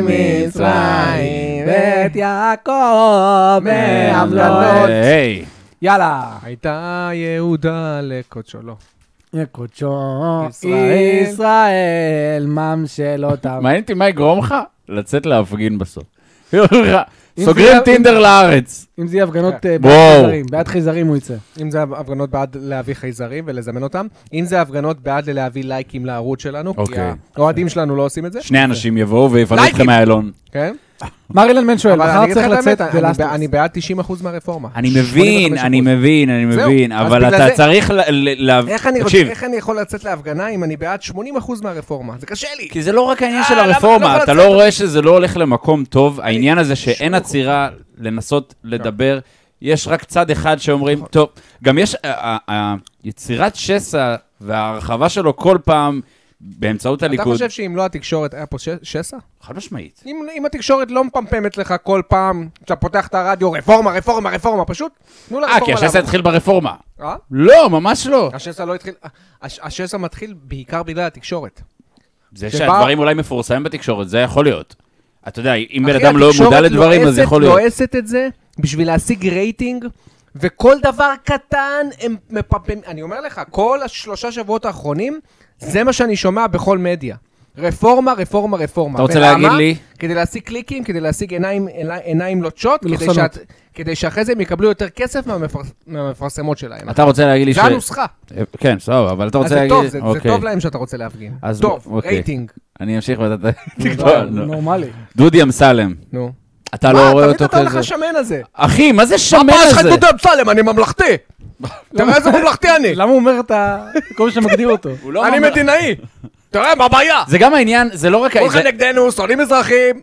ממצרים, בית יעקב מעמלות. היי. יאללה. הייתה יהודה לקודשו, לא. קודשו ישראל. ישראל ממשל אותם. מעניין אותי מה יגרום לך לצאת להפגין בסוף. אם סוגרים זה- טינדר לארץ. אם זה יהיה הפגנות אה, בעד וואו. חייזרים, בעד חייזרים הוא יצא. אם זה הפגנות בעד להביא חייזרים ולזמן אותם, אם זה הפגנות בעד להביא לייקים לערוץ שלנו, כי אוקיי. האוהדים שלנו לא עושים את זה, שני אנשים יבואו ויפנו לייקים. אתכם מהאלון. כן? מרילן מן שואל, אבל מחר אני צריך אגיד לך לצאת באמת, The אני Last ב- of Us. אני בעד תשעים אחוז מהרפורמה. אני מבין, אני מבין, אני זהו, מבין, אז אבל בגלל אתה זה- צריך ל... ל- ל- איך אני, תקשיב, רוצה, איך אני יכול לצאת להפגנה אם אני בעד שמונים אחוז מהרפורמה? זה קשה לי. כי זה לא רק העניין אה, של למה- לא הרפורמה, יכול אתה לצאת? לא רואה שזה לא הולך למקום טוב, העניין הזה שאין שמונים אחוז. עצירה לנסות לדבר, יש רק צד אחד שאומרים, טוב, גם יש, ה- ה- היצירת שסע וההרחבה שלו כל פעם באמצעות אתה הליכוד, חושב שאם לא התקשורת היה פה ש- שסע? חד משמעית. אם, אם התקשורת לא מפמפמת לך כל פעם, כשאתה פותח את הרדיו, רפורמה, רפורמה, רפורמה, פשוט תנו אה, לרפורמה כי השסע התחיל ברפורמה. אה? לא, ממש לא. השסע לא התחיל, הש- השסע מתחיל בעיקר בגלל התקשורת. זה שבא- שהדברים אולי מפורסמים בתקשורת, זה יכול להיות. אתה יודע, אם בן אחי, אדם לא התקשורת מודע לדברים, אז לועסת- יכול להיות. לועסת את זה בשביל להשיג רייטינג, וכל דבר קטן הם מפמפמים. אני אומר לך, כל השלושה שבועות האחרונים, זה מה שאני שומע בכל מדיה. רפורמה, רפורמה, רפורמה. אתה רוצה ולמה? להגיד לי? כדי להשיג קליקים, כדי להשיג עיניים, עיניים לוטשות, כדי, מלוכסנות. שאת, כדי שאחרי זה הם יקבלו יותר כסף מהמפר, מהמפרסמות שלהם. אתה רוצה להגיד לי ש... זה הנוסחה. כן, סבבה, אבל אתה אז רוצה זה להגיד... טוב, זה, זה אוקיי. טוב להם שאתה רוצה להפגין. אז טוב, ב- אוקיי. רייטינג. אני אמשיך ואתה... נורמלי. דודי אמסלם, נו. אתה לא רואה אותו מה, תמיד אתה כזה? הולך לשמן הזה. אחי, מה זה מה שמן הבעיה שלך הזה? עם דודי אמסלם? אני ממלכתי. תראה איזה ממלכתי אני. למה הוא אומר את ה... כל מי שמגדיר אותו? הוא לא אני אומר- מדינאי. תראה, מה הבעיה? זה גם העניין, זה לא רק... כולכם זה- נגדנו, שונאים אזרחים.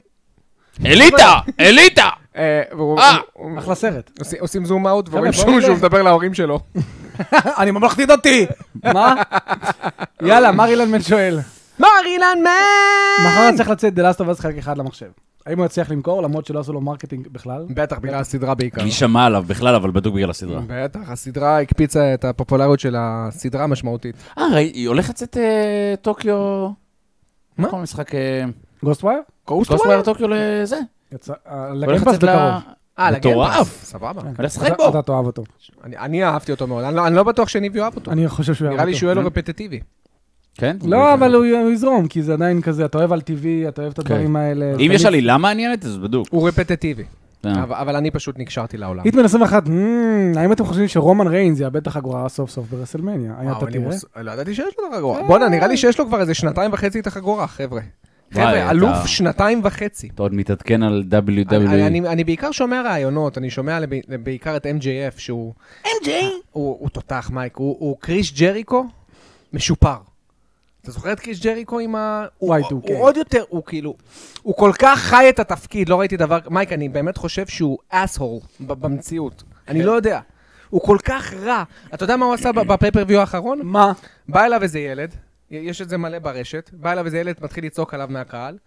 אליטה! אליטה! אה, והוא- אה. הוא- אחלה סרט. עושים- עושים זום אאוט ורואים בוא שהוא נלך. שהוא מדבר להורים שלו. אני ממלכתי דתי! מה? יאללה, מרילן מן שואל. מרילן מן! מחר צריך לצאת The Last of Us חלק אחד למחשב. האם הוא יצליח למכור, למרות שלא עשו לו מרקטינג בכלל? בטח, בגלל הסדרה בעיקר. מי שמע עליו בכלל, אבל בדוק בגלל הסדרה. בטח, הסדרה הקפיצה את הפופולריות של הסדרה המשמעותית. אה, ראי, היא הולכת לצאת אה, טוקיו... מה? נכון, משחק... גוסט ווייר? גוסטווייר טוקיו לזה. יצא... הולך לגיימפאס לצאת ל... בקרוב. אה, מטורף. לגיימפאס, סבבה. הולך לשחק אתה- בו. אתה תאהב אותו. אני- אני אהבתי אותו מאוד, אני לא- אני לא בטוח שניב יאהב אותו. אני חושב שהוא יאהב נראה לי אותו. שהוא יהיה לו רפטטיבי. כן? לא, אבל הוא הוא יזרום, כי זה עדיין כזה, אתה אוהב על טבעי, אתה אוהב את הדברים האלה. אם יש עלילה מעניינת, אז בדוק. הוא רפטטיבי, אה. אבל אבל אני פשוט נקשרתי לעולם. היטמן עשרים ואחת, "מ, האם אתם חושבים שרומן ריינס יאבד את החגורה סוף סוף ברסלמניה? היה וואו, אתה אני תראה? מוס- לא ידעתי שיש לו את החגורה. בוא'נה, נראה לי שיש לו כבר איזה שנתיים וחצי את החגורה, חבר'ה. וואי, חבר'ה, אלוף אתה- שנתיים וחצי. אתה עוד מתעדכן על דאבליו דאבליו אני- אי. אני אני בעיקר שומע רעיונות, אני שומע לב- בעיקר את אם ג'יי אף, שהוא... אם ג'יי? הוא תותח, מייק, הוא הוא קריס ג'ריקו משופר. אתה זוכר את קריס ג'ריקו עם ה... הוא- וואי, טו, הוא כן. עוד יותר, הוא כאילו... הוא כל כך חי את התפקיד, לא ראיתי דבר... מייק, אני באמת חושב שהוא אסהול במציאות. אני לא יודע. הוא כל כך רע. אתה יודע מה הוא עשה בפייפריוויו האחרון? מה? בא אליו איזה ילד, יש את זה מלא ברשת, בא אליו איזה ילד, מתחיל לצעוק עליו מהקהל,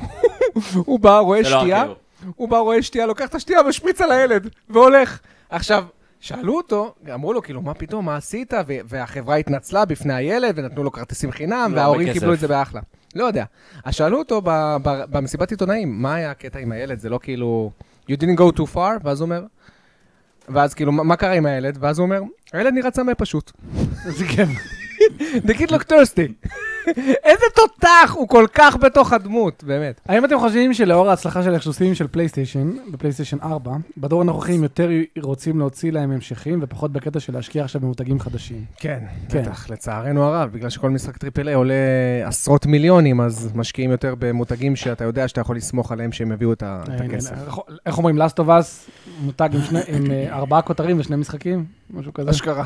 הוא בא, רואה זה לא שתייה, הקיור. הוא בא, רואה שתייה, לוקח את השתייה, משפריץ על הילד, והולך. עכשיו, שאלו אותו, אמרו לו, כאילו, מה פתאום, מה עשית? ו- והחברה התנצלה בפני הילד, ונתנו לו כרטיסים חינם, לא, וההורים בכסף. קיבלו את זה באחלה. לא יודע. אז שאלו אותו ב- ב- במסיבת עיתונאים, מה היה הקטע עם הילד? זה לא כאילו, you didn't go too far? ואז הוא אומר, ואז כאילו, מה מה קרה עם הילד? ואז הוא אומר, הילד נראה צמא פשוט. זה כיף. The kid look thirsty. איזה תותח, הוא כל כך בתוך הדמות, באמת. האם אתם חושבים שלאור ההצלחה של האקסקלוסיבים של פלייסטיישן, בפלייסטיישן ארבע, בדור הנוכחי הם יותר רוצים להוציא להם המשכים, ופחות בקטע של להשקיע עכשיו במותגים חדשים? כן, כן. בטח, לצערנו הרב, בגלל שכל משחק טריפל איי עולה עשרות מיליונים, אז משקיעים יותר במותגים שאתה יודע שאתה יכול לסמוך עליהם שהם יביאו את ה- את הכסף. איך- איך אומרים, Last of Us, מותג עם שני- עם אה, ארבעה כותרים ושני משחקים? משהו כזה. אשכרה.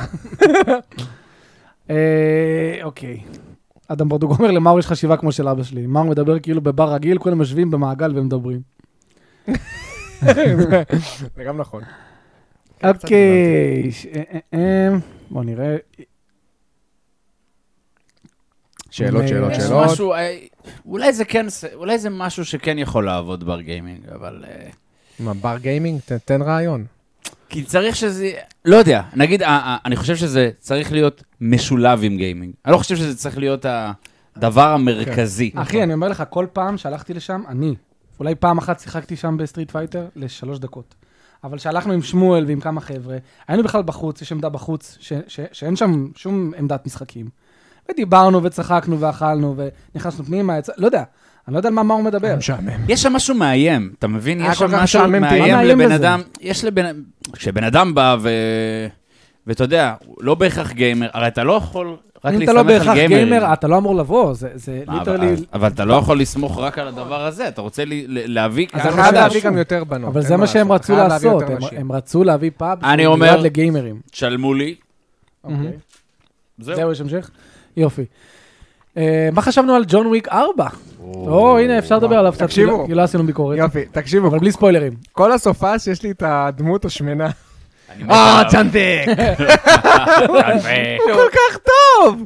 אה, אוקיי. אדם ברדוג אומר, למאור יש חשיבה כמו של אבא שלי. מאור מדבר כאילו בבר רגיל, כולם יושבים במעגל ומדברים. זה גם נכון. אוקיי. ש- אה, אה, אה, בוא נראה. שאלות, שאלות, יש שאלות. משהו, אה, אולי זה כן, אולי זה משהו שכן יכול לעבוד בר גיימינג, אבל... אה, מה, בר גיימינג? ת- תן רעיון. כי צריך שזה, לא יודע, נגיד, אה, אה, אני חושב שזה צריך להיות משולב עם גיימינג. אני לא חושב שזה צריך להיות הדבר המרכזי. אחי, אני אומר לך, כל פעם שהלכתי לשם, אני, אולי פעם אחת שיחקתי שם בסטריט פייטר לשלוש דקות. אבל שהלכנו עם שמואל ועם כמה חבר'ה, היינו בכלל בחוץ, יש עמדה בחוץ, ש- ש- שאין שם שום עמדת משחקים. ודיברנו וצחקנו ואכלנו ונכנסנו פנימה, יצא, לא יודע, אני לא יודע על מה מאור מדבר. משעמם. יש שם משהו מאיים, אתה מבין? היה יש כל שם כך משהו משעמם, מאיים מה מאיים לבן בזה? אדם, יש לבן, כשבן אדם בא ו... ואתה יודע, הוא לא בהכרח גיימר, הרי אתה לא יכול רק אם אתה לא להסתמך על בהכרח גיימרים. גיימר, אתה לא אמור לבוא, זה מה, ליטרלי... אבל- אבל אתה לא יכול לסמוך רק על הדבר הזה, אתה רוצה לי- ל- להביא... אז קהל אתה חייב חדש. להביא גם יותר בנות. אבל אין זה מה שהם לעשות, רצו אתה חייב להביא לעשות, יותר הם- נשים. הם רצו להביא פאב אני שהוא אומר- מיועד לגיימרים. תשלמו לי. אוקיי. זהו. זהו, יש המשך? יופי. אה, מה חשבנו על ג'ון וויק ארבע? או, הנה, אפשר לדבר עליו קצת, תקשיבו. כי לא עשינו ביקורת. יופי, תקשיבו, אבל בלי ספוילרים. כל הסופש יש לי את הדמות השמנה. אני מת אה, עליו. צ'נטק! צ'נטק. כל כך טוב!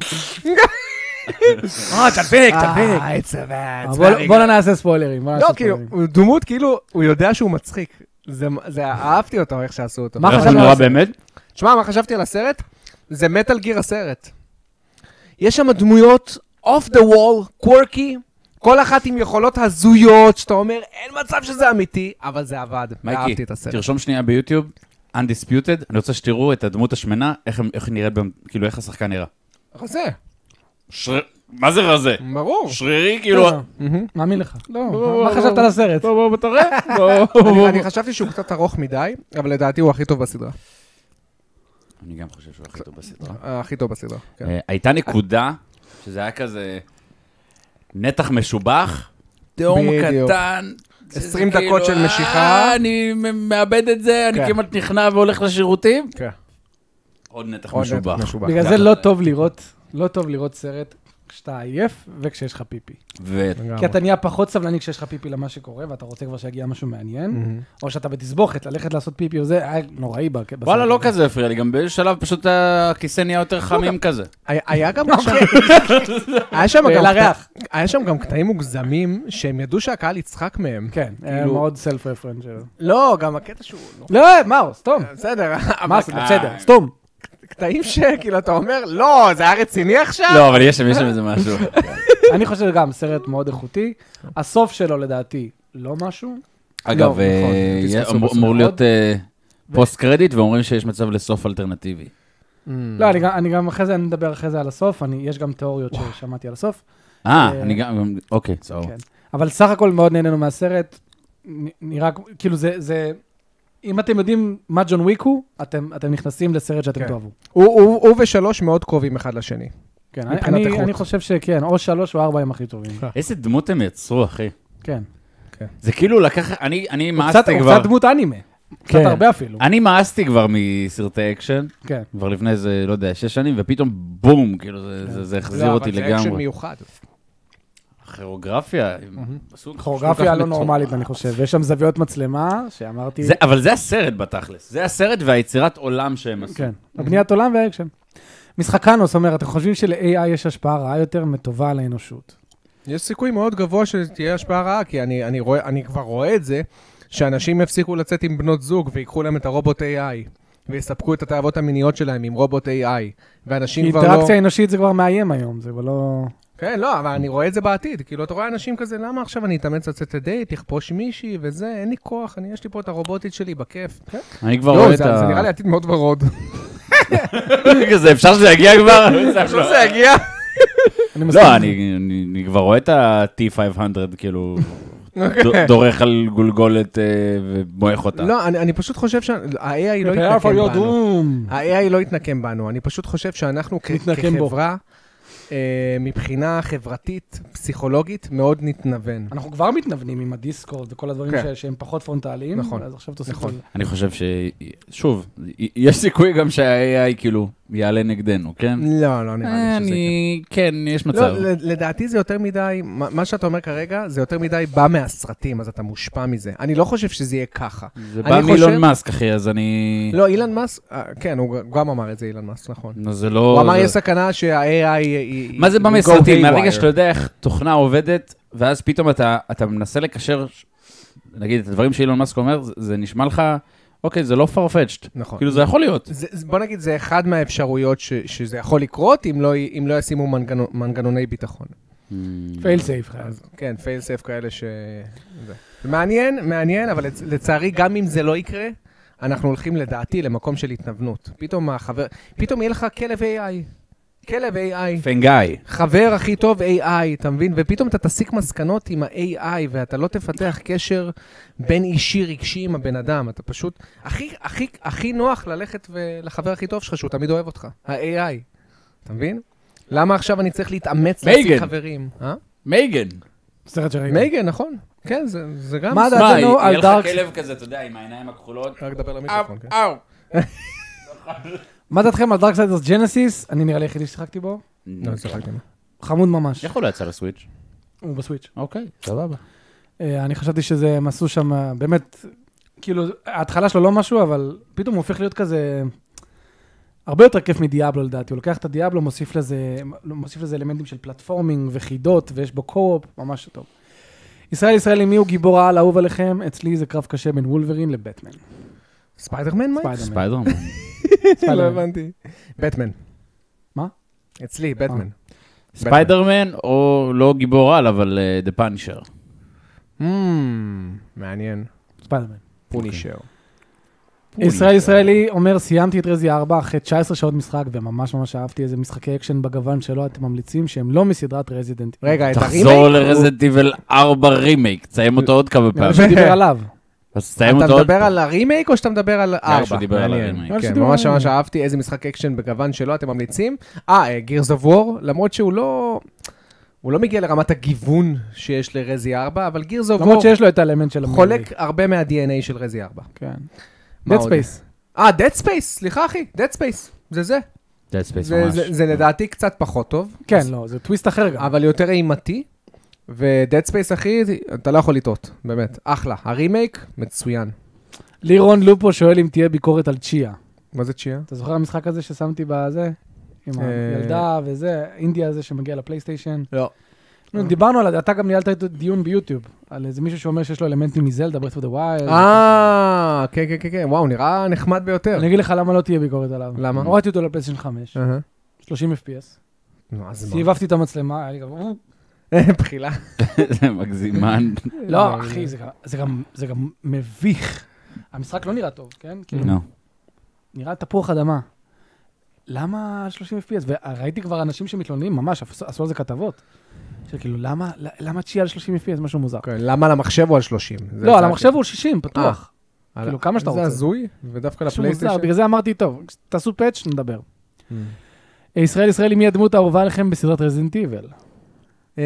אה, תדפק, אה, it's a bad בוא בוא לא נעשה ספוילרים. בוא נעשה לא, כאילו, ספוילרים. הוא דמות כאילו, הוא יודע שהוא מצחיק. זה, זה, אהבתי אותו, איך שעשו אותו. מה איך זה חשבנו נורא על זה? באמת? תשמע, מה חשבתי על הסרט? זה מטל גיר הסרט. יש שם דמויות off the wall, quirky, כל אחת עם יכולות הזויות, שאתה אומר, אין מצב שזה אמיתי, אבל זה עבד. מייקי, אהבתי את הסרט. תרשום שנייה ביוטיוב, Undisputed, אני רוצה שתראו את הדמות השמנה, איך הם- איך היא נראית, במ- כאילו איך השחקן נראה. רזה, שר- מה זה רזה? ברור. שרירי, כאילו... מהמם. מאמין לך. לא, מה חשבת על הסרט? בוא, בוא, תראה. אני- אני חשבתי שהוא קצת ארוך מדי, אבל לדעתי הוא הכי טוב בסדרה. אני גם חושב שהוא הכי טוב בסדרה. אה, הכי טוב בסדרה, כן. אה, הייתה נקודה, שזה היה כזה נתח משובח, תאום בדיוק. קטן. עשרים שזה דקות כאילו, של משיכה. "אה, אני מאבד את זה, אני כן. כמעט נכנע והולך לשירותים. כן. עוד נתח עוד נתח משובח. משובח. בגלל זה לא טוב לראות, לא טוב לראות סרט כשאתה עייף וכשיש לך פיפי. ו- כי אתה נהיה פחות סבלני כשיש לך פיפי למה שקורה, ואתה רוצה כבר שיגיע משהו מעניין, מהמם. או שאתה בתסבוכת, ללכת לעשות פיפי או זה, היה נוראי ב- בסרט. וואלה, לא הזה. כזה הפריע לי, גם באיזשהו שלב פשוט הכיסא נהיה יותר חמים כזה. היה- היה גם עכשיו... היה שם גם... לריח. היה שם גם קטעים מוגזמים, שהם ידעו שהקהל יצחק מהם. כן, היה כאילו- מאוד סלף רפרנס שלו. לא, גם הקטע שהוא... לא- לא, מה, סתום. בסדר, אבל מה עשית? אה. בסדר, סתום. קטעים שכאילו אתה אומר, לא, זה היה רציני עכשיו? לא, אבל יש שם יש שם איזה משהו. אני חושב שגם סרט מאוד איכותי. הסוף שלו לדעתי לא משהו. אגב, נכון, אה, פספסו אמור- בסוף. אמור להיות אה, פוסט קרדיט, ואומרים שיש מצב לסוף אלטרנטיבי. לא, אני גם- אני גם אחרי זה, אני מדבר אחרי זה על הסוף, אני- יש גם תיאוריות ששמעתי על הסוף. אה, אה, אני גם, אוקיי, סבבה. כן. אבל סך הכל מאוד נהנינו מהסרט. נ- נראה, כאילו זה, זה, אם אתם יודעים מה ג'ון וויק הוא, אתם, אתם נכנסים לסרט שאתם כן. תאהבו. הוא- הוא הוא ושלוש מאוד קרובים אחד לשני. כן, אני, מבחינת אני, איכות. אני חושב שכן, או שלוש או ארבע הם הכי טובים. איזה דמות הם יצרו, אחי. כן. זה כאילו לקח, אני אני הוא קצת, מאסתי הוא כבר, קצת דמות אנימה. קצת כן. הרבה אפילו. אני מאסתי כבר מסרטי אקשן, כן. כבר לפני איזה, לא יודע, שש שנים, ופתאום בום, כאילו זה- זה- זה החזיר לא, אותי אבל זה אקשן לגמרי. מיוחד. הכירוגרפיה, הם עשו משהו כוריאוגרפיה כל כך לא מטורף. נורמלית, אני חושב. ויש שם זוויות מצלמה, שאמרתי... זה- אבל זה הסרט בתכלס, זה הסרט והיצירת עולם שהם עשו. כן, הבניית עולם והאקשן. משחקנוס אומר, אתם חושבים של-איי איי יש השפעה רעה יותר מטובה על האנושות? יש סיכוי מאוד גבוה שתהיה השפעה רעה, כי אני, אני, רואה, אני כבר רואה את זה, שאנשים יפסיקו לצאת עם בנות זוג ויקחו להם את הרובוט איי איי, ויספקו את התאוות המיניות שלהם עם רובוט איי איי, ואנשים כבר לא... אינטראקציה אנושית זה כבר מאיים היום, זה כבר לא... כן, לא, אבל אני רואה את זה בעתיד, כאילו, אתה רואה אנשים כזה, למה עכשיו אני אתאמץ לצאת לדייט, לכפוש מישהי וזה, אין לי כוח, אני, יש לי פה את הרובוטית שלי בכיף. אני כבר לא, רואה את זה, זה ה... נראה לי עתיד מאוד ורוד. כזה, אפשר שזה יגיע כבר? עכשיו זה יגיע. אני מסכים. לא, אני אני- אני כבר רואה את ה-טי חמש מאות, כאילו, ד- דורך על גולגולת אה, ומועך אותה. לא, אני, אני פשוט חושב שה-איי איי לא Prepare for יתנקם your בנו. doom. ה-איי איי לא יתנקם בנו, אני פשוט חושב שאנחנו כ- נתנקם בו. כחברה, אה, מבחינה חברתית, פסיכולוגית, מאוד נתנוון. אנחנו כבר מתנוונים עם הדיסקורד וכל הדברים כן. ש- שהם פחות פרונטליים. נכון. אז עכשיו תוסיפו. נכון. אני חושב ש... שוב, יש סיכוי גם שה-איי איי כאילו יעלה נגדנו, כן? לא, לא נראה לי שזה אני... כן, יש כן. מצב. לא, ל- לדעתי זה יותר מדי, מה מה שאתה אומר כרגע, זה יותר מדי בא מהסרטים, אז אתה מושפע מזה. אני לא חושב שזה יהיה ככה. זה אני בא חושב- מאילון מאסק, אחי, אז אני... לא, אילן מאסק, אה, כן, הוא גם אמר את זה, אילן מאסק, נכון. נו, זה לא... הוא אמר, זה- יש סכנה שה-איי איי... מה זה בא מסרטים? מהרגע שאתה יודע איך תוכנה עובדת, ואז פתאום אתה אתה מנסה לקשר, נגיד, את הדברים שאילון מאסק אומר, זה- זה נשמע לך, אוקיי, זה לא farfetched. נכון. כאילו, זה יכול להיות. זה, זה- בוא נגיד, זה אחד מהאפשרויות ש, שזה יכול לקרות, אם לא, אם לא ישימו מנגנו, מנגנוני ביטחון. פייל סייף. אז, כן, פייל סייף כאלה ש... זה. מעניין, מעניין, אבל לצ, לצערי, גם אם זה לא יקרה, אנחנו הולכים לדעתי למקום של התנוונות. פתאום החבר, פתאום יהיה לך כלב איי איי. כלב איי איי. פנגאי. חבר הכי טוב איי איי, אתה מבין? ופתאום אתה תסיק מסקנות עם ה-איי איי, ואתה לא תפתח קשר בין אישי רגשי עם הבן אדם. אתה פשוט... הכי, הכי, הכי נוח ללכת לחבר הכי טוב שלך, שהוא תמיד אוהב אותך. ה-איי איי. אתה מבין? למה עכשיו אני צריך להתאמץ מייגן. להציג חברים? אה? מייגן. סרט שראיתי. מייגן, נכון. כן, זה- זה גם... מה מה, דעתנו על יהיה לך דארק... כלב כזה, אתה יודע, עם העיניים הכחולות. רק דבר למיקרופון, כן. אאו, אאו. מה דעתכם על דארקסיידרס ג'נסיס? אני נראה לי היחידי ששיחקתי בו. לא, צחקתי. חמוד ממש. איך הוא לא יצא לסוויץ'? הוא בסוויץ'. אוקיי, סבבה. אה, אני חשבתי שזה, הם עשו שם, אה, באמת, כאילו, ההתחלה שלו לא משהו, אבל פתאום הוא הופך להיות כזה, הרבה יותר כיף מדיאבלו לדעתי. הוא לוקח את הדיאבלו, מוסיף לזה, מוסיף לזה אלמנטים של פלטפורמינג וחידות, ויש בו קו-אופ, ממש טוב. ישראל ישראלי, מי הוא גיבור העל האהוב עליכם? אצלי זה קרב קשה בין וולברין לבטמן. ספיידרמן, מה? ספיידרמן. ספיידרמן. לא ספיידרמן. הבנתי. בטמן. מה? אצלי, בטמן. ספיידרמן או לא גיבור על, אבל uh, The Punisher. Hmm, מעניין. ספיידרמן. פונישר. ישראל ישראלי אומר, סיימתי את רזי ארבע אחרי תשע עשרה שעות משחק, וממש ממש אהבתי איזה משחקי אקשן בגוון שלו, אתם ממליצים שהם לא מסדרת רזידנט. רגע, את הרימייק? תחזור לרזידנט איבל ארבע רימייק, תסיים אותו עוד כמה נראה פעמים. שדיבר עליו. אז תסיים אתה אותו עוד מדבר פעם. על הרימייק או שאתה מדבר על ארבע? שהוא דיבר על מעניין. הרימייק. נראה לי כן, שדיבר ממש על ממש הרימייק. אהבתי איזה משחק אקשן בגוון שלו, אתם ממליצים. אה, גירס אוף וור, למרות שהוא לא... הוא לא מגיע לרמת הגיוון שיש לרזי ארבע, אבל גירס אוף וור למרות שיש לו את האלמנט של המיורי. חולק הרבה מה-די אן איי של רזי ארבע. כן. מה Dead עוד? Space. אה, Dead Space, סליחה אחי, Dead Space, זה זה. Dead Space זה- ממש. זה- זה לדעתי קצת פחות טוב. כן, לא, זה טוויסט אחר גם. אבל יותר אימתי. ו-Dead Space אחי, אתה לא יכול לטעות, באמת, אחלה. הרימייק, מצוין. לירון לופו שואל אם תהיה ביקורת על צ'יה. מה זה צ'יה? אתה זוכר המשחק הזה ששמתי בזה? עם אה. הילדה וזה, אינדיה הזה שמגיע לפלייסטיישן. לא. נו, דיברנו על זה, אתה גם ניהלת את דיון ביוטיוב, על איזה מישהו שאומר שיש לו אלמנטים מזלדה, ברית ודה ווילד. אה, כן, כן, כן, כן, וואו, נראה נחמד ביותר. אני אגיד לך למה לא תהיה ביקורת עליו. למה? הורדתי אותו לפלייסטיישן חמש, אהה. שלושים אף פי אס. נו, אז מה? סיבבתי את המצלמה, היה לי גם... בחילה. זה מגזימן. לא, אחי, זה גם- זה גם- זה גם מביך. המשחק לא נראה טוב, כן? כאילו, נו. נראה תפוח אדמה. למה שלושים אף פי אס? וראיתי כבר אנשים שמתלוננים, ממש, עשו עשו על זה כתבות. שכאילו, למה, למה תשיעי על שלושים אף פי אס? משהו מוזר. כן, למה על המחשב הוא על שלושים? זה לא, על הצעתי. המחשב הוא שישים, פתוח. על- כאילו, כמה שאתה זה רוצה. הזוי, ודווקא משהו מוזר, לפלייסטיישן. בגלל זה אמרתי, טוב, תעשו פאץ', נדבר. Mm. ישראל ישראלי, מי הדמות האהובה עליכם בסדרת רזידנט איבל? אמ,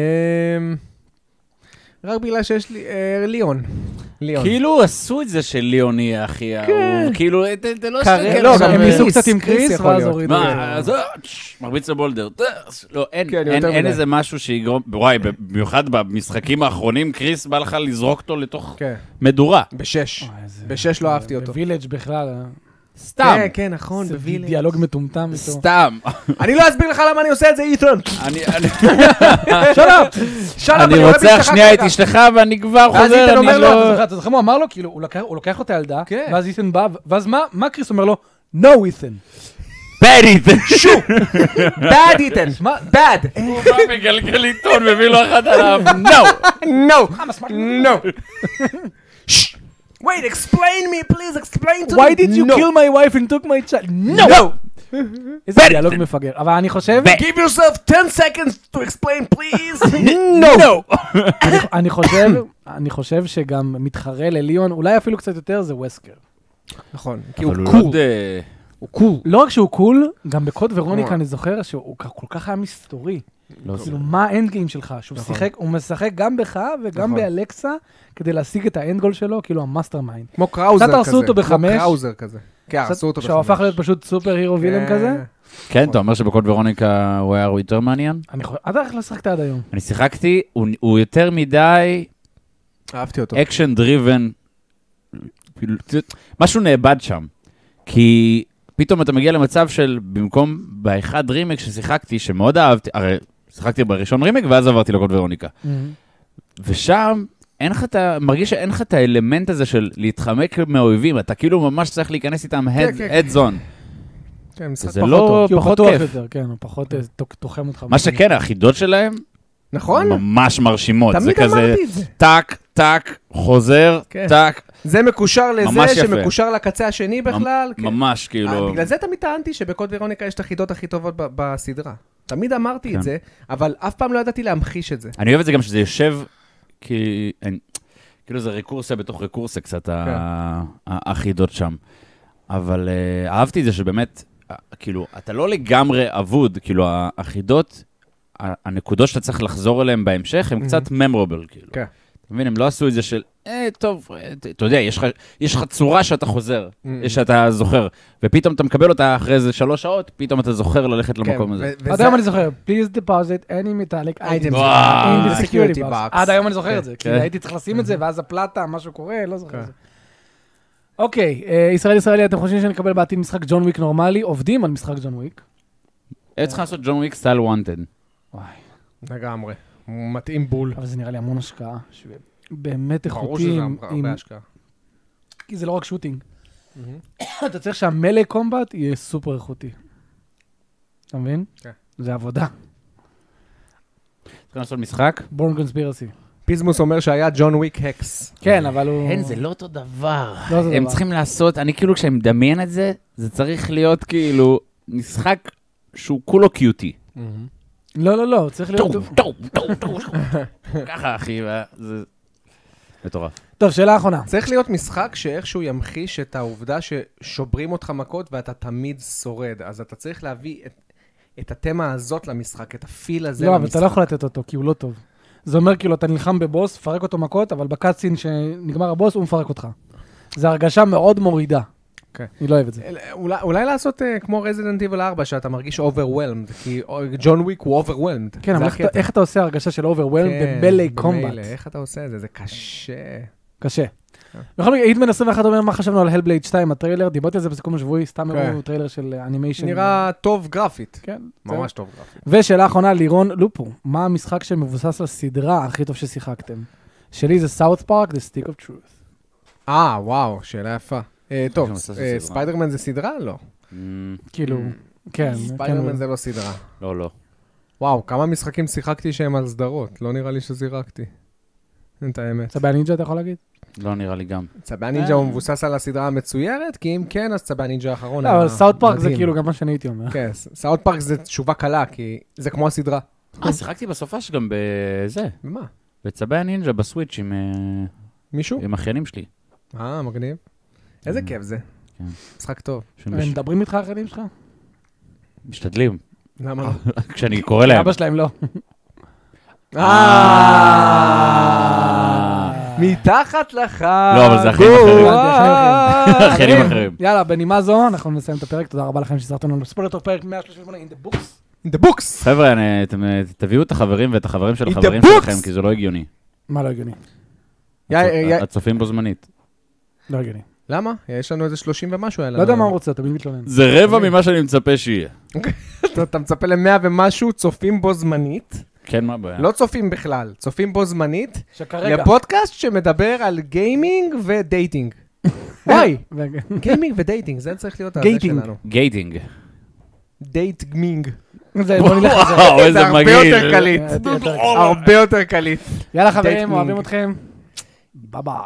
רק בגלל שיש לי... אה, ליאון. ליאון. כאילו עשו את זה שליאון יהיה הכי אהוב. כאילו, ת- ת- לא קרב- שתקל לא, עכשיו, גם הם אה, ניסו קריס, קצת עם קריס קריס, יכול ואז להיות. הורידו. מה, אז אה, תש, מרביץ לבולדר. תש, לא, אין, כן, אין, יותר אין מדי. איזה משהו שיגרום, וואי, במיוחד במשחקים האחרונים, קריס בא לך לזרוק אותו לתוך כן, מדורה. בשש. וואי, איזה- בשש לא אהבתי אותו. בווילג' בכלל, אה, סתם, כן, כן, נכון, זה בווילג'. דיאלוג מטומטם איתו. סתם. אני לא אסביר לך למה אני עושה את זה, אית'רן. אני- אני- שלום! שלום, אני אוהב רוצח אשתך שנייה את כרגע. אשתך ואני כבר ואז חוזר, איתן אני אומר לו, לא... אתה זוכר- אתה זוכר מה הוא אמר לו? כאילו, הוא לקח- הוא לוקח לו את הילדה, כן. ואז איתן בא, ואז מה- מה קריס אומר לו? No, איתן. פריט! bad איתן, מה? bad. הוא בא מגלגל עיתון, מביא לו אחד עליו, נו! no, no. Shh. Wait, explain me, please, explain to me. Why did you No. kill my wife and took my child? No! No. איזה דיאלוג מפגר. אבל אני חושב, Give yourself ten seconds to explain, please. no. אני- אני חושב, אני חושב שגם מתחרה לליאון, אולי אפילו קצת יותר, זה וסקר. נכון, כי הוא אבל הוא קול. עוד, אה, הוא קול. לא רק שהוא קול, גם בקוד ורוניקה אה. אני זוכר שהוא כ- כל כך היה מסתורי. לא כאילו, מה האנד גיים שלך? שהוא נכון. שיחק, הוא משחק גם בך וגם נכון. באלקסה, כדי להשיג את האנד גול שלו, כאילו המאסטר מיינד. כמו קראוזר קצת כזה. הרסו אותו בחמש. כמו קראוזר כזה. כן, הרסו אותו בחמש. שהוא הפך להיות פשוט סופר הירו וילן כן. כזה. כן, אתה אומר שבקוד ורוניקה הוא היה יותר מעניין? אני חושב, עד איך לא שחקת עד היום? אני שיחקתי, הוא- הוא יותר מדי אהבתי אותו. אקשן דריבן, משהו נאבד שם. כי פתאום אתה מגיע למצב של, במקום באחד רימק ששיחקתי, שמאוד אהבתי, הרי שיחקתי בראשון רימק ואז עברתי לקוד ורוניקה. ושם אין לך את ה... מרגיש שאין לך את האלמנט הזה של להתחמק מהאויבים, אתה כאילו ממש צריך להיכנס איתם כן, כן. head zone. כן, משחק זה פחות לא- טוב. כי הוא פחות פתוח כיף. יותר, כן, הוא פחות אה, תוק- תוחם אותך. מה שכן, החידות שלהם נכון? ממש מרשימות. זה תמיד כזה אמרתי את זה. טק, טק, חוזר, כן. טק, זה מקושר ממש לזה, יפה. שמקושר לקצה השני בכלל. כן. ממש אה, כאילו... בגלל זה תמיד טענתי שבקוד ורוניקה יש את החידות הכי טובות ב- בסדרה. תמיד אמרתי כן. את זה, אבל אף פעם לא ידעתי להמחיש את זה. אני אוהב את זה גם שזה יושב, כי... אין- כאילו זה רקורסיה בתוך רקורסיה קצת, ה- ה- החידות שם. אבל אה, אהבתי את זה שבאמת, כאילו, אתה לא לגמרי אבוד, כאילו, החידות, הנקודות שאתה צריך לחזור אליהן בהמשך, הן קצת ממורבל, כאילו. כן. אתה מבין, הם לא עשו את זה של, אה, טוב, אתה יודע, יש לך צורה שאתה חוזר, שאתה זוכר, ופתאום אתה מקבל אותה אחרי איזה שלוש שעות, פתאום אתה זוכר ללכת למקום הזה. עד היום אני זוכר, please deposit any metallic items וואו. in the security Security box. box. עד היום אני זוכר את זה, כי כן. הייתי צריך לשים את זה, ואז הפלטה, משהו קורה, לא זוכר כן. את זה. אוקיי, אה, ישראל ישראלי, אתם חושבים שנקבל בעתיד משחק ג'ון וויק נורמלי? עובדים על משחק ג'ון וויק? היה צריך לעשות ג'ון וויק סטייל וואנטד. וואי, לגמרי. הוא מתאים בול. אבל זה נראה לי המון השקעה, באמת ברור איכותי, שזה עם- עם- הרבה השקעה. כי זה לא רק שוטינג. אתה צריך שהמלי קומבט יהיה סופר איכותי. אתה מבין? כן. זה עבודה. צריכים לעשות משחק? בורן קונספירסי. פיזמוס אומר שהיה ג'ון וויק הקס. כן, אבל הוא... אין, זה לא אותו דבר. לא אותו הם דבר. צריכים לעשות, אני כאילו, כשאני מדמיין את זה, זה צריך להיות כאילו משחק שהוא כולו קיוטי. לא, לא, לא, צריך להיות... טוב, טוב, טוב, טוב. ככה, אחי, זה מטורף. טוב, שאלה אחרונה. צריך להיות משחק שאיכשהו ימחיש את העובדה ששוברים אותך מכות ואתה תמיד שורד. אז אתה צריך להביא את, את התמה הזאת למשחק, את הפיל הזה לא, למשחק. אבל אתה לא יכול לתת אותו, כי הוא לא טוב. זה אומר כאילו, אתה נלחם בבוס, פרק אותו מכות, אבל בקאטסין שנגמר הבוס, הוא מפרק אותך. זו הרגשה מאוד מורידה. כן. אני לא אוהב את זה. אולי, אולי לעשות uh, כמו Resident Evil ארבע, שאתה מרגיש overwhelmed, כי ג'ון וויק הוא overwhelmed. כן, זה אבל איך הקטע. אתה- איך אתה עושה הרגשה של אוברוולם כן, במלי במילא, קומבט? איך אתה עושה את זה? זה קשה. קשה. בכל מקרה, היטמן עשרים ואחת אומר מה חשבנו על הלבלייד שתיים, הטריילר, דיברתי על זה בסיכום השבועי, סתם כן. הראו טריילר של אנימיישן. נראה טוב גרפית. כן. ממש טוב גרפית. ושאלה אחרונה, לירון לופו, מה המשחק שמבוסס לסדרה הכי טוב ששיחקתם? שלי זה סאות' פארק, The Stick of Truth. אה, וואו, שאלה יפה. אה, טוב, מבוסס אה, לסדרה. ספיידרמן זה סדרה? לא. כאילו, כן. ספיידרמן כן. זה לא סדרה. לא, לא. וואו, כמה משחקים שיחקתי שהם על סדרות. לא נראה לי שזירקתי. אין את האמת. צבי הנינג'ה אתה יכול להגיד? לא נראה לי גם. צבי הנינג'ה הוא מבוסס על הסדרה המצוירת, כי אם כן, אז צבי הנינג'ה האחרון לא, היה אבל סאות' פארק זה מדהים. כאילו גם מה שאני הייתי אומר. כן, סאות' פארק זה תשובה קלה, כי זה כמו הסדרה. אה, שיחקתי בסופש גם בזה, ומה? בצבי הנינג'ה בסוויץ' עם אה, מישהו? עם אחיינים שלי. אה, מגניב. איזה כיף זה. כן. משחק טוב. הם מדברים איתך האחרים שלך? משתדלים. למה לא? כשאני קורא להם. אבא שלהם לא. אה, מתחת לחג. לא, אבל זה אחים אחרים. גורל. אחיינים אחרים. יאללה, בנימה זו, אנחנו נסיים את הפרק. תודה רבה לכם שסרתם לנו בספוילר פרק מאה שלושים ושמונה in the books. In the books. חבר'ה, אני- אתם, אה, תביאו את החברים ואת החברים של In the החברים books. שלכם, כי זה לא הגיוני. מה לא הגיוני? יא- יא- הצופים בו זמנית. לא הגיוני. למה? יש לנו איזה שלושים ומשהו. היה לנו. לא יודע מה הוא רוצה, תמיד מתלונן. זה רבע ממה שאני מצפה שיהיה. אתה- אתה מצפה למאה ומשהו צופים בו זמנית. כן, מה הבעיה? לא צופים בכלל, צופים בו זמנית. שכרגע. לפודקאסט שמדבר על גיימינג ודייטינג. וואי, גיימינג ודייטינג, זה צריך להיות הזה גייטינג. שלנו. גייטינג. דייטגמינג. זה, בוא נלך על זה. וואו, איזה זה הרבה מגעיל. יותר קליט. יותר קל. הרבה יותר קליט. יאללה חברים, Dating. אוהבים אתכם. ביי ביי.